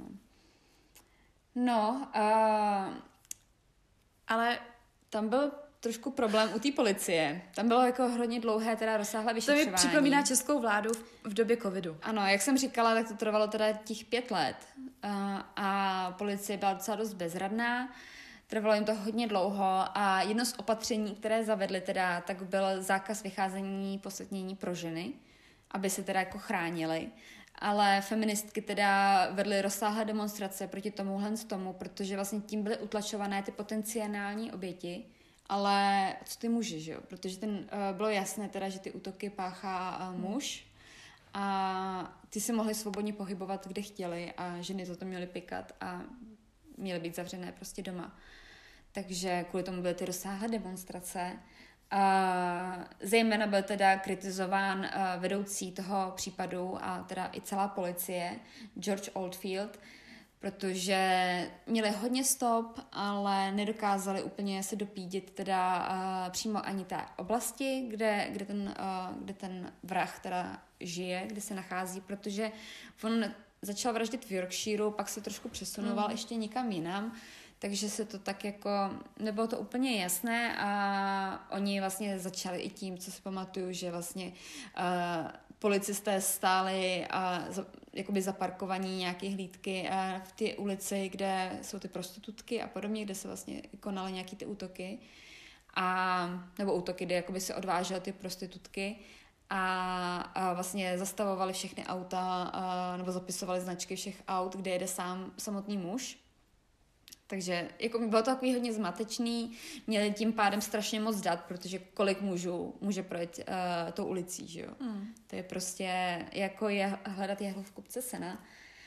No, uh, ale tam byl trošku problém u té policie. Tam bylo jako hodně dlouhé, teda rozsáhlé vyšetřování.
To mi připomíná českou vládu v době covidu.
Ano, jak jsem říkala, tak to trvalo teda těch pět let. Uh, a policie byla docela dost bezradná. Trvalo jim to hodně dlouho a jedno z opatření, které zavedli teda, tak byl zákaz vycházení, posvětnění pro ženy, aby se teda jako chránili. Ale feministky teda vedly rozsáhlé demonstrace proti tomuhle z tomu, protože vlastně tím byly utlačované ty potenciální oběti, ale co ty muži, že jo? Protože ten, uh, bylo jasné teda, že ty útoky páchá uh, muž a ty se mohly svobodně pohybovat, kde chtěli a ženy za to měly pikat a měly být zavřené prostě doma. Takže kvůli tomu byly ty rozsáhlé demonstrace. Uh, zejména byl teda kritizován uh, vedoucí toho případu a teda i celá policie, George Oldfield, protože měli hodně stop, ale nedokázali úplně se dopídit teda uh, přímo ani té oblasti, kde, kde, ten, uh, kde ten vrah teda žije, kde se nachází, protože on začal vraždit v Yorkshireu, pak se trošku přesunoval mm. ještě někam jinam, takže se to tak jako, nebylo to úplně jasné a oni vlastně začali i tím, co si pamatuju, že vlastně uh, policisté stáli a za, jakoby zaparkovaní nějaké hlídky uh, v té ulici, kde jsou ty prostitutky a podobně, kde se vlastně konaly nějaké ty útoky. A, nebo útoky, kde jakoby se odvážely ty prostitutky a, a vlastně zastavovali všechny auta a, nebo zapisovali značky všech aut, kde jede sám samotný muž. Takže jako bylo to takový hodně zmatečný, měli tím pádem strašně moc dat, protože kolik mužů může projet uh, tou ulicí, že jo. Mm. To je prostě jako je, hledat jehlu v kupce sena.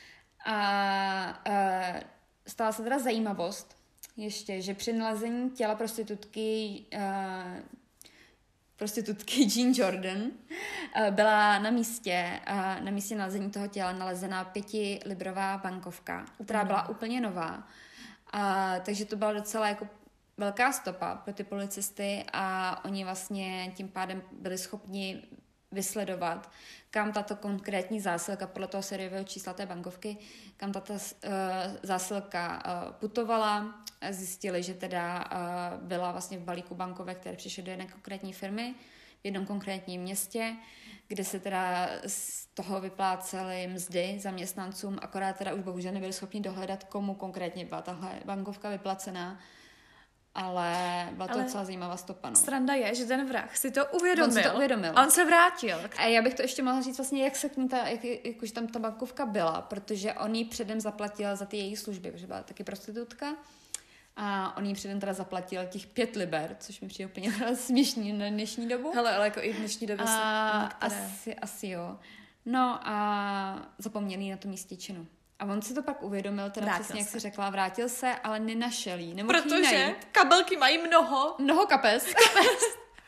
A uh, stala se teda zajímavost, ještě, že při nalezení těla prostitutky uh, prostitutky Jean Jordan uh, byla na místě, uh, na místě nalezení toho těla nalezená pětilibrová bankovka, která byla úplně nová. Uh, takže to byla docela jako velká stopa pro ty policisty a oni vlastně tím pádem byli schopni vysledovat, kam tato konkrétní zásilka, podle toho sériového čísla té bankovky, kam tato uh, zásilka uh, putovala. Zjistili, že teda uh, byla vlastně v balíku bankovek, které přišly do jedné konkrétní firmy v jednom konkrétním městě, kde se teda z toho vyplácely mzdy zaměstnancům, akorát teda už bohužel nebyli schopni dohledat, komu konkrétně byla tahle bankovka vyplacená. Ale byla to ale docela zajímavá stopa. No.
Sranda je, že ten vrah si to uvědomil.
On si to uvědomil.
A on se vrátil.
A já bych to ještě mohla říct vlastně, jak se k ní ta, jak, jak už tam ta bankovka byla, protože on jí předem zaplatil za ty její služby, protože byla taky prostitutka. A on jí předem teda zaplatil těch pět liber, což mi přijde úplně směšný na dnešní dobu.
Hele, ale jako i v dnešní době se...
Asi, asi jo. No a zapomněli na tu místičinu. A on si to pak uvědomil, teda vrátil přesně, se. Jak si řekla, vrátil se, ale nenašel jí.
Protože kabelky mají mnoho.
Mnoho kapes. kapes.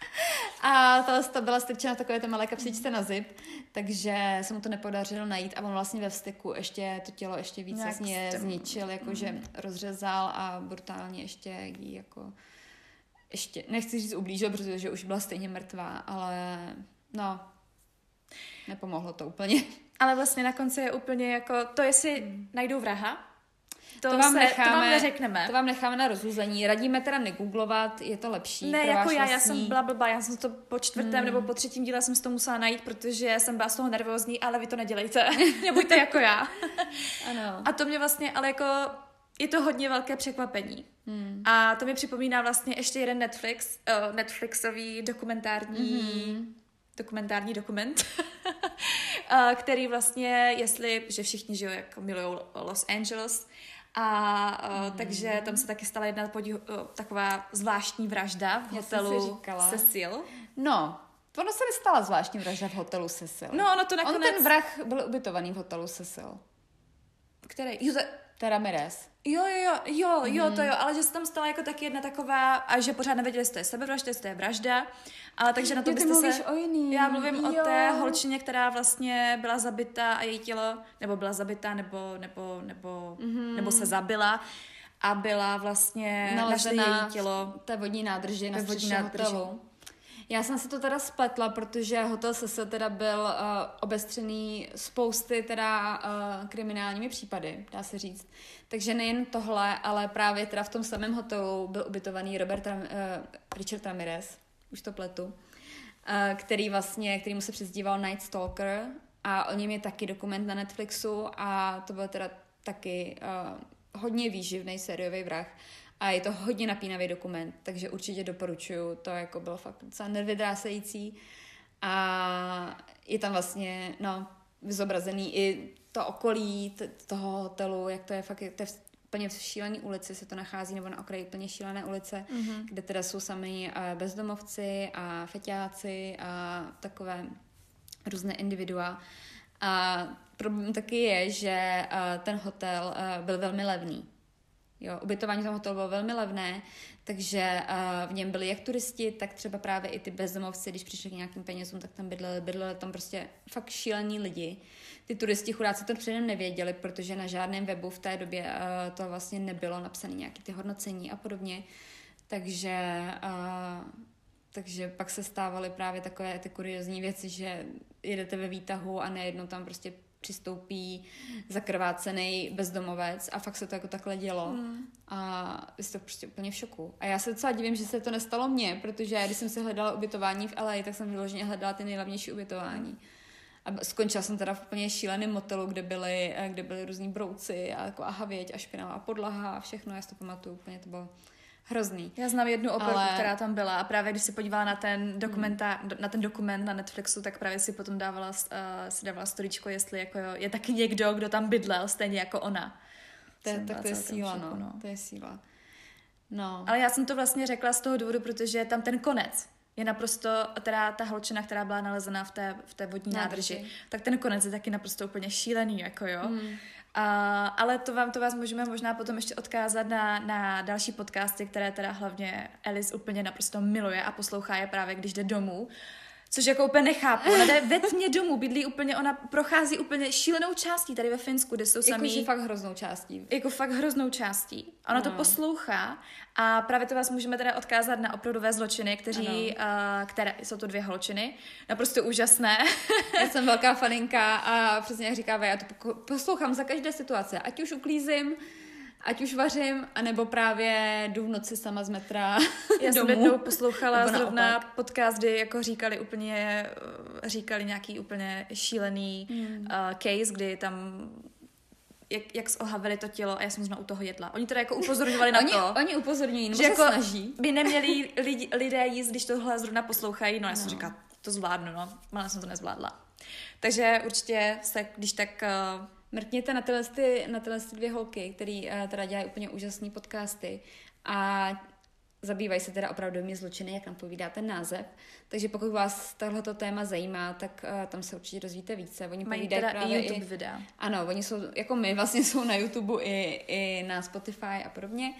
A ta, ta byla strčena takové té malé kapsičce na zip, takže se mu to nepodařilo najít a on vlastně ve vzteku ještě to tělo ještě víc vlastně zničil, jakože mm. rozřezal a brutálně ještě jí jako ještě, nechci říct ublížil, protože už byla stejně mrtvá, ale no, nepomohlo to úplně.
Ale vlastně na konci je úplně jako to, jestli hmm. najdou vraha, to,
to, vám
se,
necháme,
to vám neřekneme.
To vám necháme na rozhuzení. Radíme teda negooglovat, je to lepší.
Ne,
pro
jako
váš
já,
vlastní...
já jsem byla blbá, já jsem to po čtvrtém hmm. nebo po třetím díle jsem to musela najít, protože jsem byla z toho nervózní, ale vy to nedělejte. Nebuďte jako já.
Ano.
A to mě vlastně, ale jako je to hodně velké překvapení.
Hmm.
A to mi připomíná vlastně ještě jeden Netflix, uh, Netflixový dokumentární hmm. dokumentární dokument, který vlastně, jestli, že všichni žijou, jak milují Los Angeles, a mm. takže tam se taky stala jedna podíl, taková zvláštní vražda v hotelu Cecil.
No, ono se nestala zvláštní vražda v hotelu Cecil.
No, ono to nakonec...
On ten vrah byl ubytovaný v hotelu Cecil.
Který? Jo, to...
Ramirez.
Jo, jo, jo, jo, jo, mm. to jo, ale že se tam stala jako taky jedna taková, a že pořád nevěděli, jestli to je sebevražda, jestli to je vražda, ale takže na to
jo,
byste
se...
se...
o jiný.
Já mluvím
jo.
o té holčině, která vlastně byla zabita a její tělo, nebo byla zabita, nebo, nebo, nebo, mm. nebo se zabila a byla vlastně
nalezená
její tělo
té vodní nádrži na střeše hotelu. Já jsem si to teda spletla, protože hotel Cecil teda byl uh, obestřený spousty teda uh, kriminálními případy, dá se říct. Takže nejen tohle, ale právě teda v tom samém hotelu byl ubytovaný Robert Ram, uh, Richard Ramirez, už to pletu, uh, který vlastně, kterýmu se přezdíval Night Stalker a o něm je taky dokument na Netflixu a to byl teda taky uh, hodně výživný sériový vrah. A je to hodně napínavý dokument, takže určitě doporučuju. To jako bylo fakt docela nevydrásající. A je tam vlastně, no, zobrazený i to okolí t- toho hotelu, jak to je fakt, to je úplně v šílené ulici se to nachází, nebo na okraji úplně šílené ulice, mm-hmm. kde teda jsou sami bezdomovci a feťáci a takové různé individua. A problém taky je, že ten hotel byl velmi levný. Jo, ubytování v tom hotelu bylo velmi levné, takže uh, v něm byli jak turisti, tak třeba právě i ty bezdomovci, když přišli k nějakým penězům, tak tam bydleli, bydleli tam prostě fakt šílení lidi. Ty turisti chudáci to předem nevěděli, protože na žádném webu v té době uh, to vlastně nebylo napsané nějaké ty hodnocení a podobně. Takže, uh, takže pak se stávaly právě takové ty kuriozní věci, že jedete ve výtahu a najednou tam prostě přistoupí zakrvácený bezdomovec a fakt se to jako takhle dělo. Mm. A jsi to prostě úplně v šoku. A já se docela divím, že se to nestalo mně, protože když jsem si hledala ubytování v L A, tak jsem vyloženě hledala ty nejlevnější ubytování. A skončila jsem teda v úplně šíleném motelu, kde byly, kde byly různý brouci a jako havěť a špinavá podlaha a všechno. Já si to pamatuju, úplně to bylo hrozný.
Já znám jednu operku, ale... která tam byla a právě když si podívala na ten, dokumentá, hmm. na ten dokument na Netflixu, tak právě si potom dávala, uh, si dávala storíčko, jestli jako je taky někdo, kdo tam bydlel, stejně jako ona.
To je, tak to je síla, šoku, no. no. To je síla. No.
Ale já jsem to vlastně řekla z toho důvodu, protože tam ten konec je naprosto, teda ta holčina, která byla nalezená v té, v té vodní nádrži, nádrži, tak ten konec je taky naprosto úplně šílený, jako jo. Hmm. A, ale to vám to vás můžeme možná potom ještě odkázat na, na další podcasty, které teda hlavně Alice úplně naprosto miluje a poslouchá je právě, když jde domů. Což jako úplně nechápu. Ona jde ve tmě domů, bydlí úplně, ona prochází úplně šílenou částí tady ve Finsku, kde jsou samý...
Jako fakt hroznou částí.
Jako fakt hroznou částí. Ona no. to poslouchá a právě to vás můžeme teda odkázat na opravdové zločiny, kteří, uh, které, jsou to dvě holčiny, naprosto úžasné.
Já jsem velká faninka a přesně jak říká, já to poslouchám za každé situace, ať už uklízím, ať už vařím, anebo právě jdu v noci sama z metra
Já
domů.
jsem jednou poslouchala zrovna podcast, kdy jako říkali úplně, říkali nějaký úplně šílený hmm. uh, case, kdy tam jak, jak zohavili to tělo a já jsem zrovna u toho jedla. Oni teda jako upozorňovali na
oni,
to,
oni upozorňují, nebo
že
se
jako
snaží.
by neměli lidi, lidé jíst, když tohle zrovna poslouchají. No já jsem no. říkala, to zvládnu, no. Ale jsem to nezvládla. Takže určitě se, když tak... Uh,
Mrkněte na tyhle, ty, na tyhle ty dvě holky, které uh, teda dělají úplně úžasné podcasty a zabývají se teda opravdovými zločiny, jak nám povídá ten název. Takže pokud vás tohleto téma zajímá, tak uh, tam se určitě dozvíte více. Oni
mají
povídají
teda
právě
i YouTube i, videa.
Ano, oni jsou, jako my, vlastně jsou na YouTube i, i na Spotify a podobně.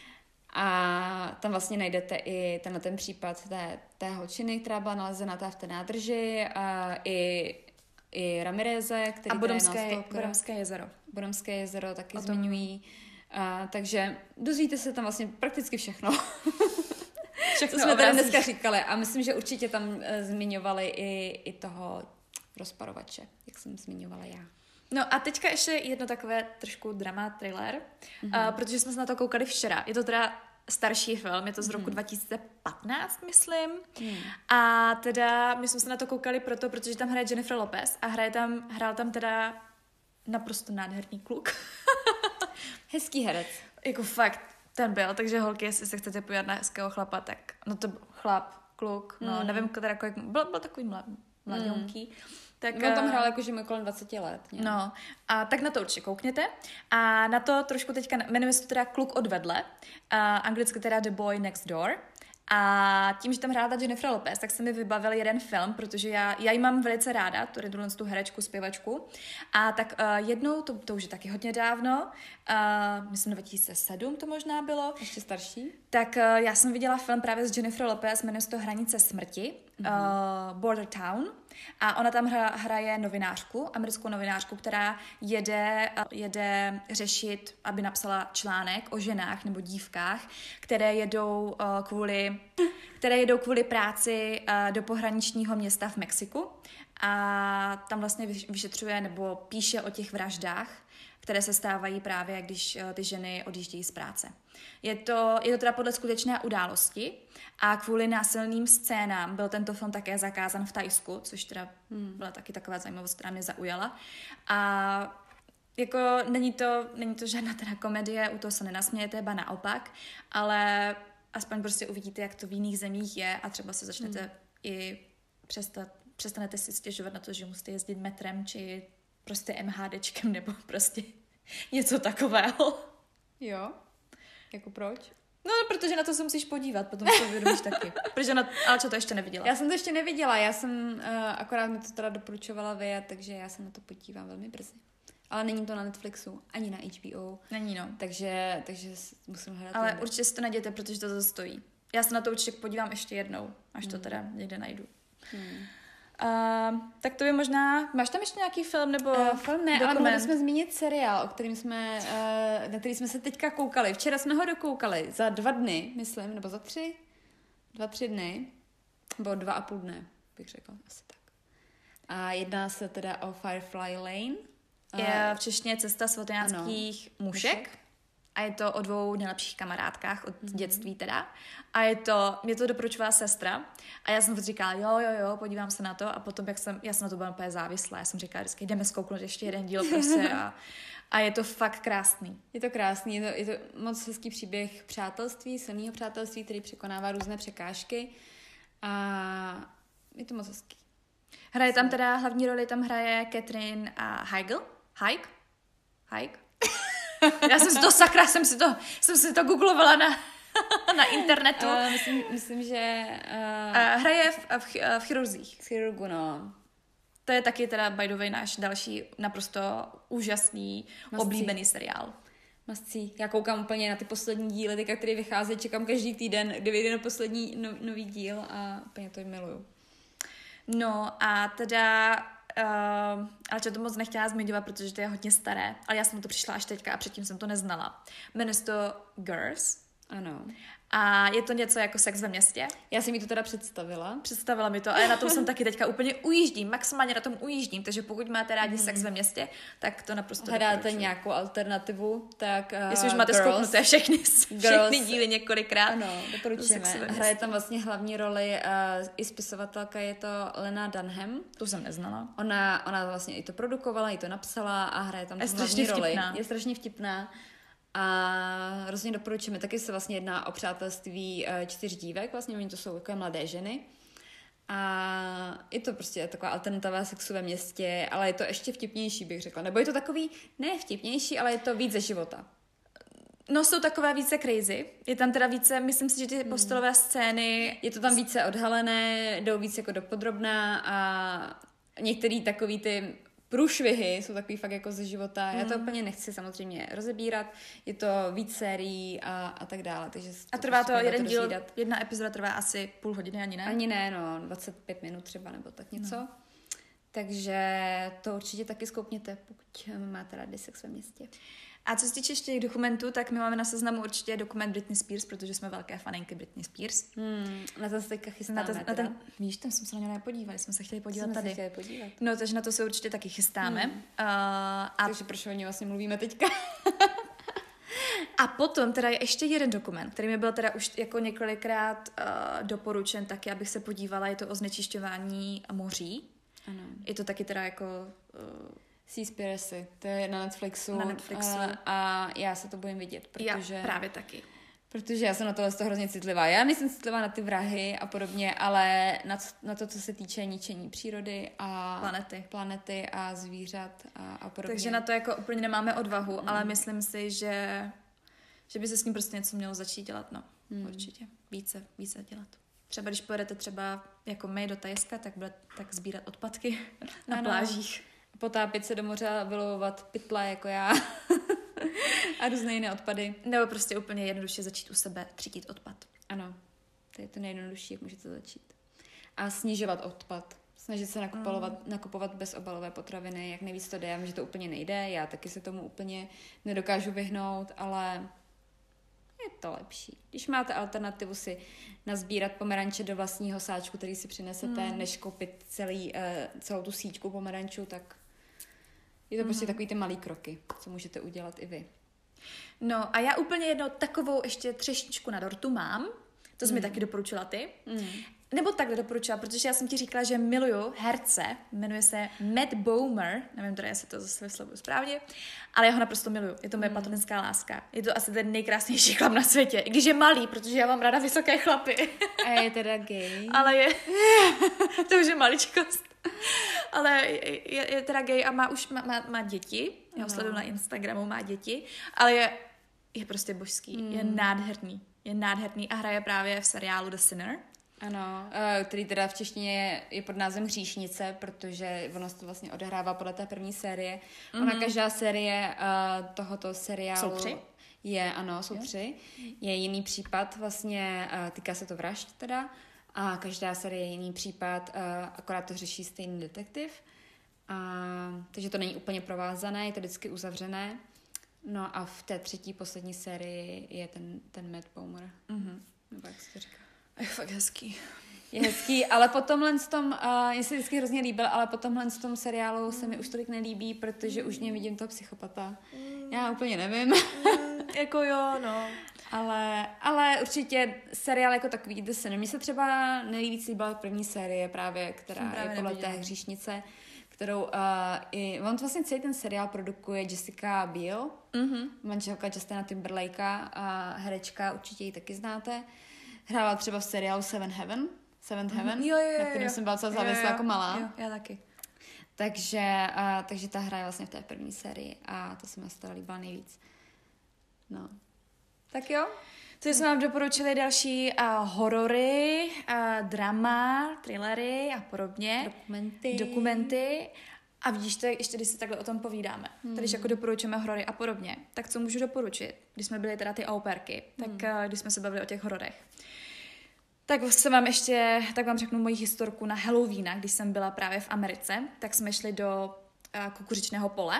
A tam vlastně najdete i tenhle ten případ té, té holčiny, která byla nalezena v té nádrži a i i Ramireze, který
a Bodomské, Bodomské jezero.
Bodomské jezero taky tom... zmiňují. A, takže dozvíte se tam vlastně prakticky všechno. Všechno co jsme tady dneska říkali. A myslím, že určitě tam uh, zmiňovali i, i toho rozparovače, jak jsem zmiňovala já.
No a teďka ještě jedno takové trošku drama thriller, mm-hmm. uh, protože jsme se na to koukali včera. Je to teda starší film, je to z roku mm. dva tisíce patnáct, myslím. Mm. A teda my jsme se na to koukali proto, protože tam hraje Jennifer Lopez a hraje tam, hrál tam teda naprosto nádherný kluk.
Hezký herec.
Jako fakt, ten byl, takže holky, jestli se chcete podívat na hezkého chlapa, tak no to chlap, kluk, no mm. nevím, teda jako, byl, byl takový mlad, mladionký. Mm.
Tak, on tam hrál jako, že má kolem dvacet let. Nějak.
No, a tak na to určitě koukněte. A na to trošku teďka, jmenuje se to teda Kluk od vedle, a anglicky teda The Boy Next Door. A tím, že tam hrála ta Jennifer Lopez, tak se mi vybavil jeden film, protože já, já ji mám velice ráda, tu, tu herečku, zpěvačku. A tak uh, jednou, to, to už je taky hodně dávno, uh, myslím dva tisíce sedm to možná bylo.
Ještě starší?
Tak uh, já jsem viděla film právě s Jennifer Lopez, jmenuje se to Hranice smrti, mm-hmm. uh, Border Town. A ona tam hra, hraje novinářku, americkou novinářku, která jede, jede řešit, aby napsala článek o ženách nebo dívkách, které jedou uh, kvůli, které jedou kvůli práci uh, do pohraničního města v Mexiku. A tam vlastně vyšetřuje nebo píše o těch vraždách, které se stávají právě, když uh, ty ženy odjíždějí z práce. Je to, je to teda podle skutečné události a kvůli násilným scénám byl tento film také zakázán v Thajsku, což teda hmm. byla taky taková zajímavost, která mě zaujala. A jako není to, není to žádná teda komedie, u toho se nenasmějete, ba naopak, ale aspoň prostě uvidíte, jak to v jiných zemích je a třeba se začnete hmm. i přestat, přestanete si stěžovat na to, že musíte jezdit metrem či prostě MHDčkem nebo prostě něco takového.
Jo. Jako proč?
No, protože na to se musíš podívat, potom to uvědomíš taky. Protože na, ale co to ještě neviděla?
Já jsem to ještě neviděla, já jsem, uh, akorát mi to teda doporučovala vy, takže já se na to podívám velmi brzy. Ale není to na Netflixu, ani na H B O.
Není, no.
Takže, takže musím hledat.
Ale jinde. Určitě si to najděte, protože to zase stojí. Já se na to určitě podívám ještě jednou, až hmm. to teda někde najdu. Hmm. Uh, tak to by možná... Máš tam ještě nějaký film nebo uh,
film ne, dokument? Ale mohli jsme zmínit seriál, o kterým jsme, uh, na který jsme se teďka koukali. Včera jsme ho dokoukali za dva dny, myslím, nebo za tři? Dva, tři dny. Nebo dva a půl dne, bych řekla. Asi tak. A jedná se teda o Firefly Lane.
Je v češtině Cesta svatňánských mušek. A je to o dvou nejlepších kamarádkách od mm-hmm. dětství teda. A je to, mě to doporučovala sestra. A já jsem to říkala, jo, jo, jo, podívám se na to. A potom, jak jsem, já jsem na to byla úplně závislá. Já jsem říkala vždycky, jdeme zkouknout ještě jeden díl prostě. A, a je to fakt krásný.
Je to krásný, je to, je to moc hezký příběh přátelství, silného přátelství, který překonává různé překážky. A je to moc hezký.
Hraje tam teda, hlavní roli tam hraje Catherine a Heigl. Heig? Heig? Já jsem si to, sakra, jsem si to, jsem si to googlovala na, na internetu.
Uh, myslím, myslím, že... Uh,
uh, hraje v, v, v chirurzích.
V chirurgu, no.
To je taky teda, by the way, náš další naprosto úžasný, Mastí. oblíbený seriál.
Mastí. Já koukám úplně na ty poslední díly, teďka, který vychází, čekám každý týden, kdy vyjde na poslední no, nový díl a úplně to miluju.
No a teda... Uh, ale to moc nechtěla zmiňovat, protože to je hodně staré, ale já jsem to přišla až teďka a předtím jsem to neznala. Jmenuje se to Girls.
Ano.
A je to něco jako Sex ve městě.
Já jsem mi to teda představila.
Představila mi to a já na tom jsem taky teďka úplně ujíždím, maximálně na tom ujíždím, takže pokud máte rádi mm. Sex ve městě, tak to naprosto
hledáte
doporučuji.
Nějakou alternativu, tak uh,
jestli už máte zkouknuté všechny, všechny díly několikrát.
Ano, doporučujeme. Hraje tam vlastně hlavní roli uh, i spisovatelka, je to Lena Dunham.
To jsem neznala.
Ona, ona vlastně i to produkovala, i to napsala a hraje tam hlavní roli. Je strašně vtipná. A hrozně doporučujeme. Taky se vlastně jedná o přátelství čtyř dívek, vlastně oni to jsou takové mladé ženy. A je to prostě taková alternativa sexu ve městě, ale je to ještě vtipnější, bych řekla. Nebo je to takový, ne vtipnější, ale je to víc ze života.
No, jsou takové více crazy. Je tam teda více, myslím si, že ty postelové scény...
Je to tam více odhalené, jdou víc jako dopodrobná a některý takový ty... průšvihy jsou takový fakt jako ze života. Mm. Já to úplně nechci samozřejmě rozebírat. Je to víc sérií a, a tak dále. Takže
a trvá to jeden díl, jedna epizoda trvá asi půl hodiny, ani ne?
Ani ne, no, dvacet pět minut třeba, nebo tak něco. No. Takže to určitě taky zkoukněte, pokud máte rádi Sex ve městě.
A co se týče ještě těch dokumentů, tak my máme na seznamu určitě dokument Britney Spears, protože jsme velké faninky Britney Spears.
Hmm, na ten se teďka chystáme. Na, to, na ten,
víš, tam jsme se na něj nepodívali, jsme se chtěli podívat
jsme
tady.
Se chtěli podívat.
No, takže na to se určitě taky chystáme. Hmm. Uh,
a takže proč o ní vlastně mluvíme teďka?
A potom teda je ještě jeden dokument, který mi byl teda už jako několikrát uh, doporučen taky, abych se podívala, je to o znečišťování moří.
Ano.
Je to taky teda jako... Uh,
Seaspiracy, to je na Netflixu.
Na Netflixu.
A, a já se to bojím vidět, protože...
Já právě taky.
Protože já jsem na tohle hrozně citlivá. Já nejsem citlivá na ty vrahy a podobně, ale na, na to, co se týče ničení přírody a...
Planety.
Planety a zvířat a, a podobně.
Takže na to jako úplně nemáme odvahu, mm. ale myslím si, že, že by se s ním prostě něco mělo začít dělat, no. Mm. Určitě. Více, více dělat. Třeba když pojedete třeba jako my do Thajska, tak bude tak sbírat odpadky na ano. plážích.
Potápět se do moře a vylovovat pytle jako já. A různé jiné odpady.
Nebo prostě úplně jednoduše začít u sebe třídit odpad.
Ano, to je to nejjednodušší, jak můžete začít. A snižovat odpad. Snažit se nakupovat, mm. nakupovat bezobalové potraviny, jak nejvíc to jde. Já vím, že to úplně nejde, já taky se tomu úplně nedokážu vyhnout, ale je to lepší. Když máte alternativu si nazbírat pomeranče do vlastního sáčku, který si přinesete, mm. než koupit celý, uh, celou tu síťku pomerančů, tak je to prostě mm. takový ty malý kroky, co můžete udělat i vy.
No a já úplně jednou takovou ještě třešničku na dortu mám, to jsi mm. mi taky doporučila ty. Mm. Nebo takhle doporučila, protože já jsem ti říkala, že miluju herce, jmenuje se Matt Bomer, nevím teda, jestli to zase vyslovuju správně, ale já ho naprosto miluju, je to moje mm. platonická láska. Je to asi ten nejkrásnější chlap na světě, i když je malý, protože já mám ráda vysoké chlapy.
A je teda gay.
Ale je, to už je maličkost. Ale je, je, je teda gay a má už má, má, má děti, já ho
no.
sleduju na Instagramu, má děti, ale je, je prostě božský, mm. je nádherný, je nádherný a hraje právě v seriálu The Sinner.
Ano, který teda v češtině je, je pod názvem Hříšnice, protože ono se to vlastně odehrává podle té první série. Mm-hmm. Ona každá série uh, tohoto seriálu...
Jsou tři?
Je, ano, jsou je? tři. Je jiný případ, vlastně uh, týká se to vražd teda, a každá série je jiný případ, uh, akorát to řeší stejný detektiv. A, takže to není úplně provázané, je to vždycky uzavřené. No a v té třetí, poslední sérii je ten, ten Matt Bomer.
Mm-hmm.
Nebo jak se to říká?
Je fakt hezký.
Je hezký, ale po tomhle z tom, uh, mě se vždycky hrozně líbil, ale po tomhle z tom seriálu mm. se mi už tolik nelíbí, protože mm. už mě vidím toho psychopata. Mm. Já úplně nevím.
Mm, jako jo, no.
Ale, ale určitě seriál jako takový The Sinner. Mně se třeba nejvíc líbila první série právě, která právě je podle té hříšnice, kterou uh, i, on vlastně celý ten seriál produkuje Jessica Biel, mm-hmm. manželka Justina Timberlakea a herečka, určitě ji taky znáte. Hrála třeba v seriálu Seven Heaven, Seventh Heaven,
mm-hmm. jo, jo, jo,
na kterém jsem byla celá závislá jako malá.
Jo, já taky.
Takže, uh, takže ta hraje vlastně v té první sérii a to se mi teda líbila nejvíc. No. Tak jo.
To jsme vám doporučili další uh, horory, uh, drama, thrillery a podobně.
Dokumenty.
Dokumenty. A vidíš to, ještě když se takhle o tom povídáme, hmm. když jako doporučujeme horory a podobně, tak co můžu doporučit? Když jsme byli teda ty auperky, tak hmm. uh, když jsme se bavili o těch hororech. Tak se vám ještě, tak vám řeknu moji historku na Halloweena, když jsem byla právě v Americe, tak jsme šli do uh, kukuřičného pole.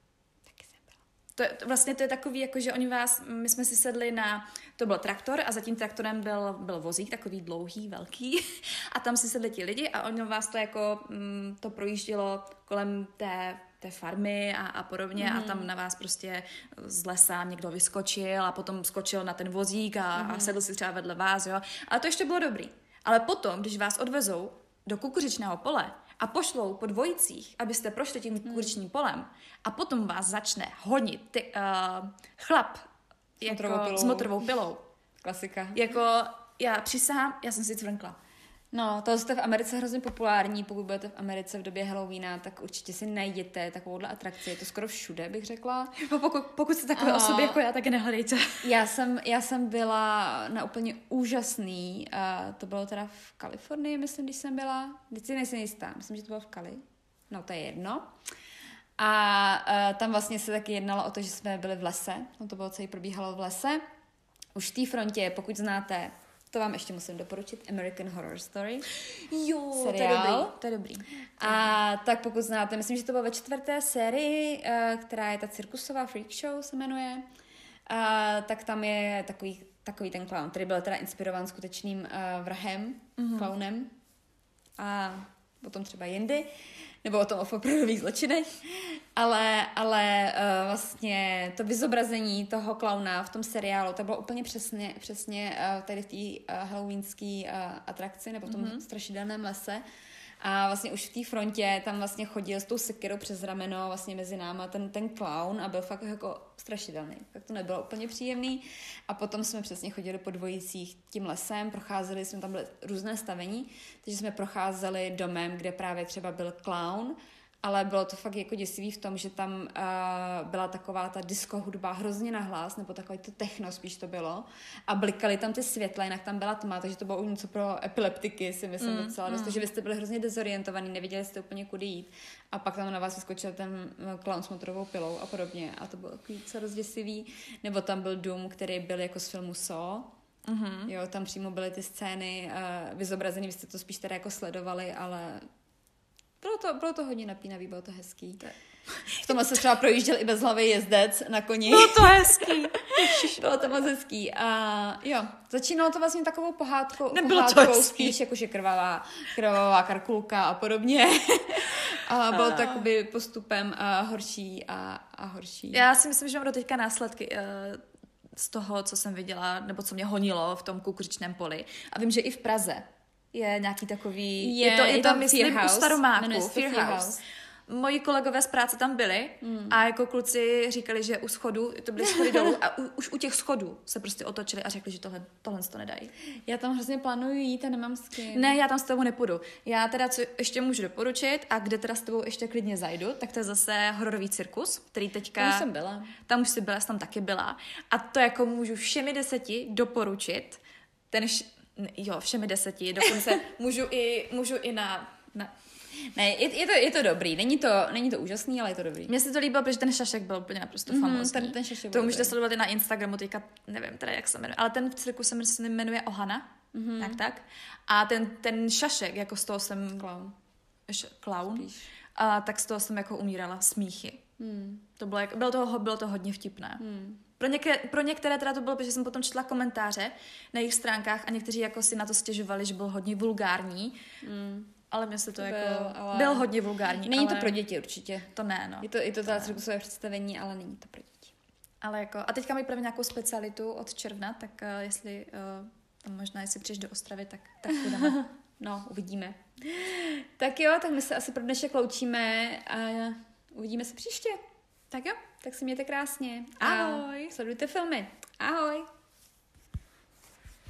To, to, vlastně to je takový, jako že oni vás, my jsme si sedli na, to byl traktor a za tím traktorem byl, byl vozík, takový dlouhý, velký a tam si sedli ti lidi a oni vás to jako, mm, to projíždělo kolem té, té farmy a, a podobně mm. a tam na vás prostě z lesa někdo vyskočil a potom skočil na ten vozík a, mm. a sedl si třeba vedle vás, jo. Ale to ještě bylo dobrý. Ale potom, když vás odvezou do kukuřičného pole, a pošlou po dvojicích, abyste prošli tím kukuřičním polem a potom vás začne honit ty, uh, chlap
s,
jako,
motorovou pilou.
s motorovou pilou.
Klasika.
Jako, já přísahám, já jsem si cvrnkla.
No, to jste v Americe hrozně populární, pokud budete v Americe v době Halloweena, tak určitě si najděte takovouhle atrakci, je to skoro všude, bych řekla.
A pokud, pokud jste takové
a...
osoby jako já, tak je nehledejte.
Já jsem, já jsem byla na úplně úžasný, uh, to bylo teda v Kalifornii, myslím, když jsem byla, teď si nejsem jistá, myslím, že to bylo v Kali, no to je jedno. A uh, tam vlastně se taky jednalo o to, že jsme byli v lese, no to bylo celý probíhalo v lese. Už v té frontě, pokud znáte, to vám ještě musím doporučit, American Horror Story.
Jo,
seriál.
to je dobrý. To je dobrý.
A tak pokud znáte, myslím, že to bylo ve čtvrté sérii, uh, která je ta cirkusová freak show, se jmenuje, uh, tak tam je takový, takový ten clown, který byl teda inspirován skutečným uh, vrahem, mm-hmm. clownem a potom třeba jindy, nebo o tom o opravdových zločinech, ale, ale uh, vlastně to vyzobrazení toho klauna v tom seriálu, to bylo úplně přesně, přesně uh, tady v té uh, halloweenské uh, atrakci, nebo v tom mm-hmm. strašidelném lese. A vlastně už v té frontě tam vlastně chodil s tou sekirou přes rameno vlastně mezi náma ten, ten klaun a byl fakt jako strašidelný. Tak to nebylo úplně příjemný. A potom jsme přesně chodili po dvojicích tím lesem, procházeli jsme, tam byly různé stavení, takže jsme procházeli domem, kde právě třeba byl klaun, ale bylo to fakt jako děsivý v tom, že tam uh, byla taková ta disco hudba hrozně nahlas, nebo takový to techno spíš to bylo. A blikaly tam ty světla, jinak tam byla tma, takže to bylo něco pro epileptiky, si myslím mm, docela dost. Mm. Takže vy jste byli hrozně dezorientovaní, nevěděli jste úplně kudy jít. A pak tam na vás vyskočil ten klaun s motorovou pilou a podobně. A to bylo takový co rozděsivý. Nebo tam byl dům, který byl jako z filmu Saw. Mm-hmm. Jo, tam přímo byly ty scény uh, vyzobrazený, vy jste to spíš teda jako sledovali, ale Bylo to, bylo to hodně napínavý, bylo to hezký. V tomhle se třeba projížděl i bezhlavý jezdec na koni.
Bylo to hezký.
Bylo to moc hezký. A jo, začínalo to vlastně takovou pohádkou.
Nebylo
pohádkou
to
spíš jakože krvavá, krvavá karkulka a podobně. A bylo to jakoby postupem a horší a, a horší.
Já si myslím, že mám do teďka následky uh, z toho, co jsem viděla, nebo co mě honilo v tom kukuřičném poli. A vím, že i v Praze je nějaký takový...
Je,
je to, je
je
to
tam
myslím, u Staromáku.
Fear,
Fear
Fear
House.
House.
Moji kolegové z práce tam byli mm. a jako kluci říkali, že u schodu, to byly schody dolů a u, už u těch schodů se prostě otočili a řekli, že tohle, tohle to nedají.
Já tam hrozně plánuju jít a nemám s kým.
Ne, já tam s tebou nepůjdu. Já teda co ještě můžu doporučit a kde teda s tebou ještě klidně zajdu, tak to je zase hororový cirkus, který teďka...
Tam už jsem byla.
Tam už jsi byla, jsi tam taky byla. A to jako můžu všemi deseti doporučit. Ten, š... jo, všemi deseti, dokonce můžu i, můžu i na... na
Ne, je, je, to, je to dobrý. Není to, není to úžasný, ale je to dobrý.
Mně se to líbilo, protože ten šašek byl úplně naprosto mm-hmm, famózní.
Ten, ten šašek
to můžete sledovat i na Instagramu, teďka nevím teda, jak se jmenuje, ale ten v cirku se jmenuje Ohana, mm-hmm. tak tak. A ten, ten šašek, jako z toho jsem...
Clown.
Š, clown. A tak z toho jsem jako umírala smíchy. Mm. To bylo, jako, bylo, to, bylo to hodně vtipné. Mm. Pro, něké, pro některé teda to bylo, protože jsem potom četla komentáře na jejich stránkách a někteří jako si na to stěžovali, že byl hodně vulgární. Mm. Ale mně se to, to jako... Byl, ale... byl hodně vulgární.
Není
ale...
to pro děti určitě.
To ne, no.
Je to, je to záchrku své představení, ale není to pro děti.
Ale jako... A teďka mají právě nějakou specialitu od června, tak uh, jestli... Uh, tam možná, jestli přijdeš do Ostravy, tak, tak budeme.
No, uvidíme. Tak jo, tak my se asi pro dnešek loučíme a uvidíme se příště.
Tak jo.
Tak si mějte krásně.
Ahoj.
A sledujte filmy. Ahoj.